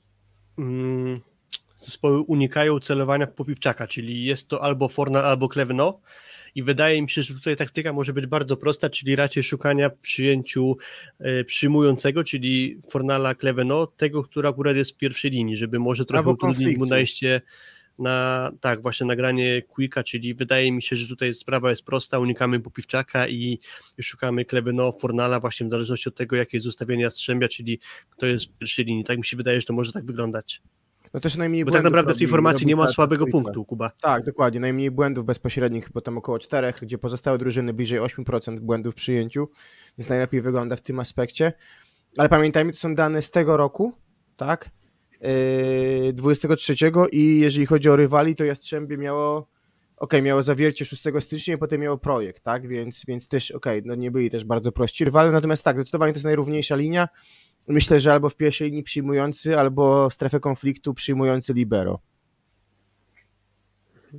mm, zespoły unikają celowania w Popiwczaka, czyli jest to albo Fornal, albo Kleveno. I wydaje mi się, że tutaj taktyka może być bardzo prosta, czyli raczej szukania przyjęciu y, przyjmującego, czyli Fornala, Kleveno, tego, który akurat jest w pierwszej linii, żeby może trochę utrudnić mu najście na, tak, właśnie nagranie Quicka, czyli wydaje mi się, że tutaj sprawa jest prosta, unikamy Popiwczaka i szukamy Kleveno, Fornala właśnie w zależności od tego, jakie jest ustawienie Jastrzębia, czyli kto jest w pierwszej linii. Tak mi się wydaje, że to może tak wyglądać. No też najmniej Bo tak naprawdę w tej robi, formacji robi nie ma ta, słabego ta punktu, Kuba. Tak, dokładnie. Najmniej błędów bezpośrednich, bo tam około czterech, gdzie pozostałe drużyny bliżej osiem procent błędów w przyjęciu, więc najlepiej wygląda w tym aspekcie. Ale pamiętajmy, to są dane z tego roku, tak? Yy, dwudziestego trzeciego i jeżeli chodzi o rywali, to Jastrzębie miało ok, miało Zawiercie szóstego stycznia i potem miało Projekt, tak? Więc, więc też ok, no nie byli też bardzo prości rywale, natomiast tak, zdecydowanie to jest najrówniejsza linia. Myślę, że albo w pierwszej linii przyjmujący, albo w strefę konfliktu przyjmujący libero.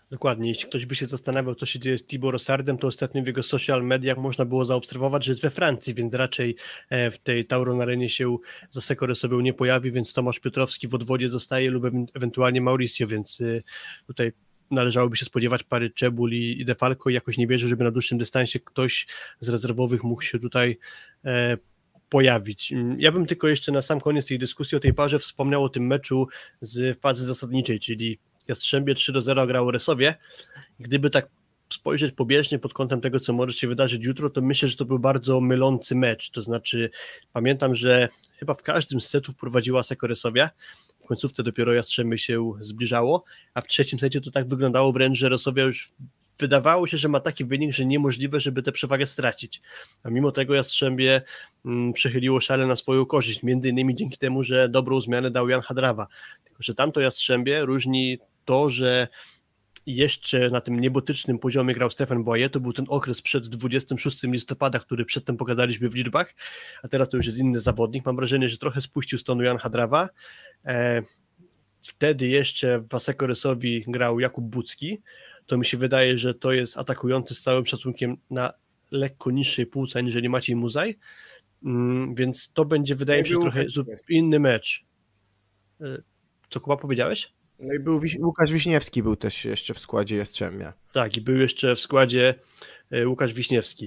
Dokładnie, jeśli ktoś by się zastanawiał, co się dzieje z Thibaut Rossardem, to ostatnio w jego social mediach można było zaobserwować, że jest we Francji, więc raczej w tej Tauron Arenie się za Sekoresowią nie pojawi, więc Tomasz Piotrowski w odwodzie zostaje lub ewentualnie Mauricio, więc tutaj należałoby się spodziewać pary Czebul i De Falco i jakoś nie wierzę, żeby na dłuższym dystansie ktoś z rezerwowych mógł się tutaj e, pojawić. Ja bym tylko jeszcze na sam koniec tej dyskusji o tej parze wspomniał o tym meczu z fazy zasadniczej, czyli Jastrzębie trzy do zera grało Resowie. Gdyby tak spojrzeć pobieżnie pod kątem tego, co może się wydarzyć jutro, to myślę, że to był bardzo mylący mecz, to znaczy pamiętam, że chyba w każdym z setów prowadziła Sekoresowia, w końcówce dopiero Jastrzębie się zbliżało, a w trzecim secie to tak wyglądało wręcz, że Resowia już wydawało się, że ma taki wynik, że niemożliwe, żeby tę przewagę stracić, a mimo tego Jastrzębie mm, przechyliło szale na swoją korzyść, między innymi dzięki temu, że dobrą zmianę dał Jan Hadrawa, tylko że tamto Jastrzębie różni to, że jeszcze na tym niebotycznym poziomie grał Stefan Boye, to był ten okres przed dwudziestego szóstego listopada, który przedtem pokazaliśmy w liczbach, a teraz to już jest inny zawodnik, mam wrażenie, że trochę spuścił z tonu Jan Hadrawa. E, wtedy jeszcze w Sekoresowi grał Jakub Bucki, to mi się wydaje, że to jest atakujący z całym szacunkiem na lekko niższej półce aniżeli Maciej Muzaj, mm, więc to będzie, wydaje mi się, trochę inny mecz. E, co Kuba powiedziałeś? No i był Wiś- Łukasz Wiśniewski był też jeszcze w składzie Jastrzębia. Tak, i był jeszcze w składzie Łukasz Wiśniewski.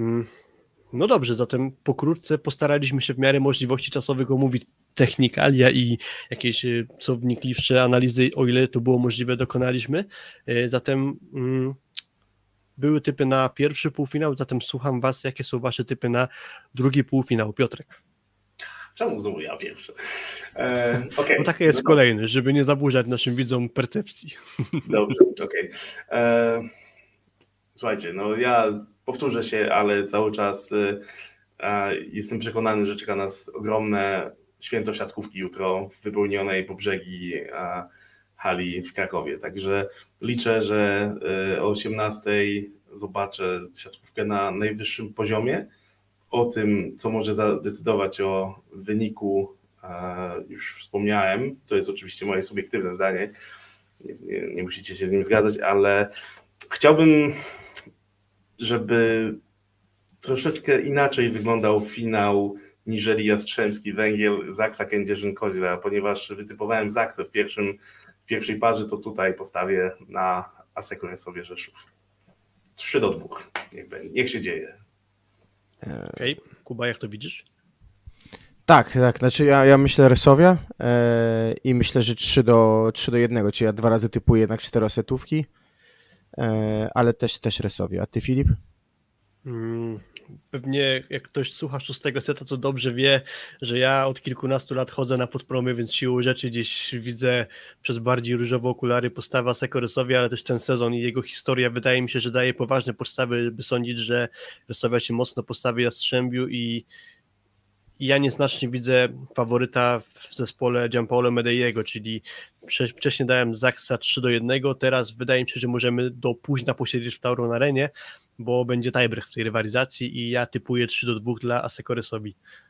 No dobrze, zatem pokrótce postaraliśmy się w miarę możliwości czasowych omówić technikalia i jakieś co wnikliwsze analizy, o ile to było możliwe, dokonaliśmy. Zatem mm, były typy na pierwszy półfinał, zatem słucham was, jakie są wasze typy na drugi półfinał. Piotrek. Czemu znowu ja pierwszy? E, okay. Bo taki jest no, kolejny, żeby nie zaburzać naszym widzom percepcji. Dobrze, okej. Okay. Słuchajcie, no ja powtórzę się, ale cały czas e, jestem przekonany, że czeka nas ogromne święto siatkówki jutro w wypełnionej po brzegi e, hali w Krakowie. Także liczę, że e, o osiemnastej zobaczę siatkówkę na najwyższym poziomie. O tym, co może zadecydować o wyniku, już wspomniałem. To jest oczywiście moje subiektywne zdanie. Nie, nie, nie musicie się z nim zgadzać, ale chciałbym, żeby troszeczkę inaczej wyglądał finał niżeli Jastrzębski Węgiel, Zaksa Kędzierzyn-Koźle, ponieważ wytypowałem Zaksę w, pierwszym, w pierwszej parze, to tutaj postawię na Asekoresowie Rzeszów. trzy do dwóch. Niech, niech się dzieje. Okej, okay. Kuba, jak to widzisz? Tak, tak, znaczy ja, ja myślę Resowia e, i myślę, że trzy do jednego, czyli ja dwa razy typuję jednak czterosetówki, e, ale też, też Resowia. A ty, Filip? Hmm, pewnie jak ktoś słucha szóstego seta, to dobrze wie, że ja od kilkunastu lat chodzę na podpromy, więc siłą rzeczy gdzieś widzę przez bardziej różowe okulary postawę Sekoresowia, ale też ten sezon i jego historia wydaje mi się, że daje poważne podstawy, by sądzić, że Resowia się mocno postawi Jastrzębiu i I ja nieznacznie widzę faworyta w zespole Gianpaolo Medeiego, czyli wcześniej dałem Zaksa trzy do jednego, teraz wydaje mi się, że możemy do późna posiedzieć w Tauron Arenie, bo będzie tiebreak w tej rywalizacji i ja typuję trzy do dwóch dla Asekoresowi.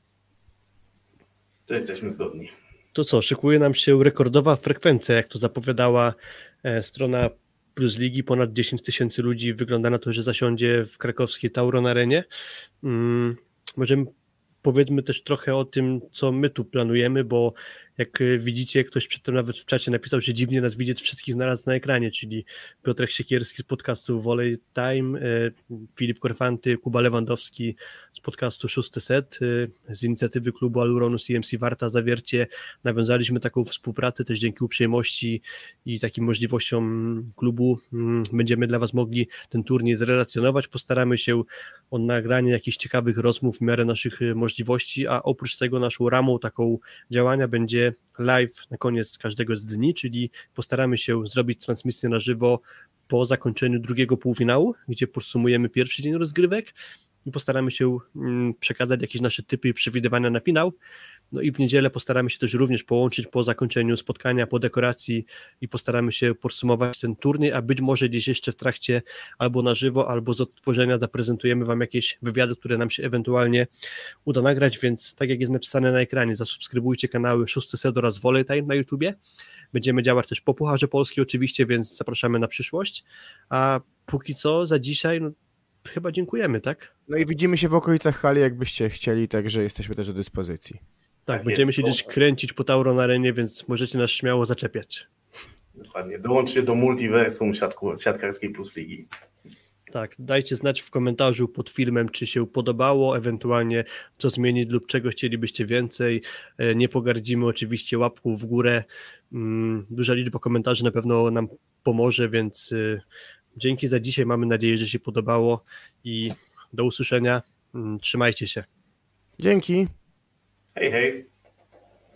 To jesteśmy zgodni. To co, szykuje nam się rekordowa frekwencja, jak to zapowiadała strona Plus Ligi, ponad dziesięć tysięcy ludzi wygląda na to, że zasiądzie w krakowskiej Tauron Arenie. Hmm, możemy powiedzmy też trochę o tym, co my tu planujemy, bo jak widzicie, ktoś przedtem nawet w czacie napisał, że dziwnie nas widzieć wszystkich znalazł na ekranie, czyli Piotrek Siekierski z podcastu Volley Time, Filip Korfanty, Kuba Lewandowski z podcastu Szósty Set, z inicjatywy klubu Aluronu C M C Warta Zawiercie. Nawiązaliśmy taką współpracę też dzięki uprzejmości i takim możliwościom klubu. Będziemy dla was mogli ten turniej zrelacjonować, postaramy się o nagranie jakichś ciekawych rozmów w miarę naszych możliwości, a oprócz tego naszą ramą taką działania będzie live na koniec każdego z dni, czyli postaramy się zrobić transmisję na żywo po zakończeniu drugiego półfinału, gdzie podsumujemy pierwszy dzień rozgrywek i postaramy się przekazać jakieś nasze typy i przewidywania na finał. No i w niedzielę postaramy się też również połączyć po zakończeniu spotkania, po dekoracji i postaramy się podsumować ten turniej, a być może gdzieś jeszcze w trakcie albo na żywo, albo z odtworzenia zaprezentujemy wam jakieś wywiady, które nam się ewentualnie uda nagrać, więc tak jak jest napisane na ekranie, zasubskrybujcie kanały Szósty Set oraz Volley Time na YouTubie. Będziemy działać też po Pucharze Polski oczywiście, więc zapraszamy na przyszłość, a póki co za dzisiaj no, chyba dziękujemy, tak? No i widzimy się w okolicach hali, jakbyście chcieli, także jesteśmy też do dyspozycji. Tak, Tak będziemy jest, się gdzieś to- kręcić po Tauron Arenie, więc możecie nas śmiało zaczepiać. Dokładnie. Dołączcie do multiversum siatku, siatkarskiej Plus Ligi. Tak, dajcie znać w komentarzu pod filmem, czy się podobało, ewentualnie co zmienić lub czego chcielibyście więcej. E, Nie pogardzimy oczywiście łapką w górę. Mm, Duża liczba komentarzy na pewno nam pomoże, więc y, dzięki za dzisiaj. Mamy nadzieję, że się podobało i do usłyszenia. Mm, Trzymajcie się. Dzięki. Hej, hej.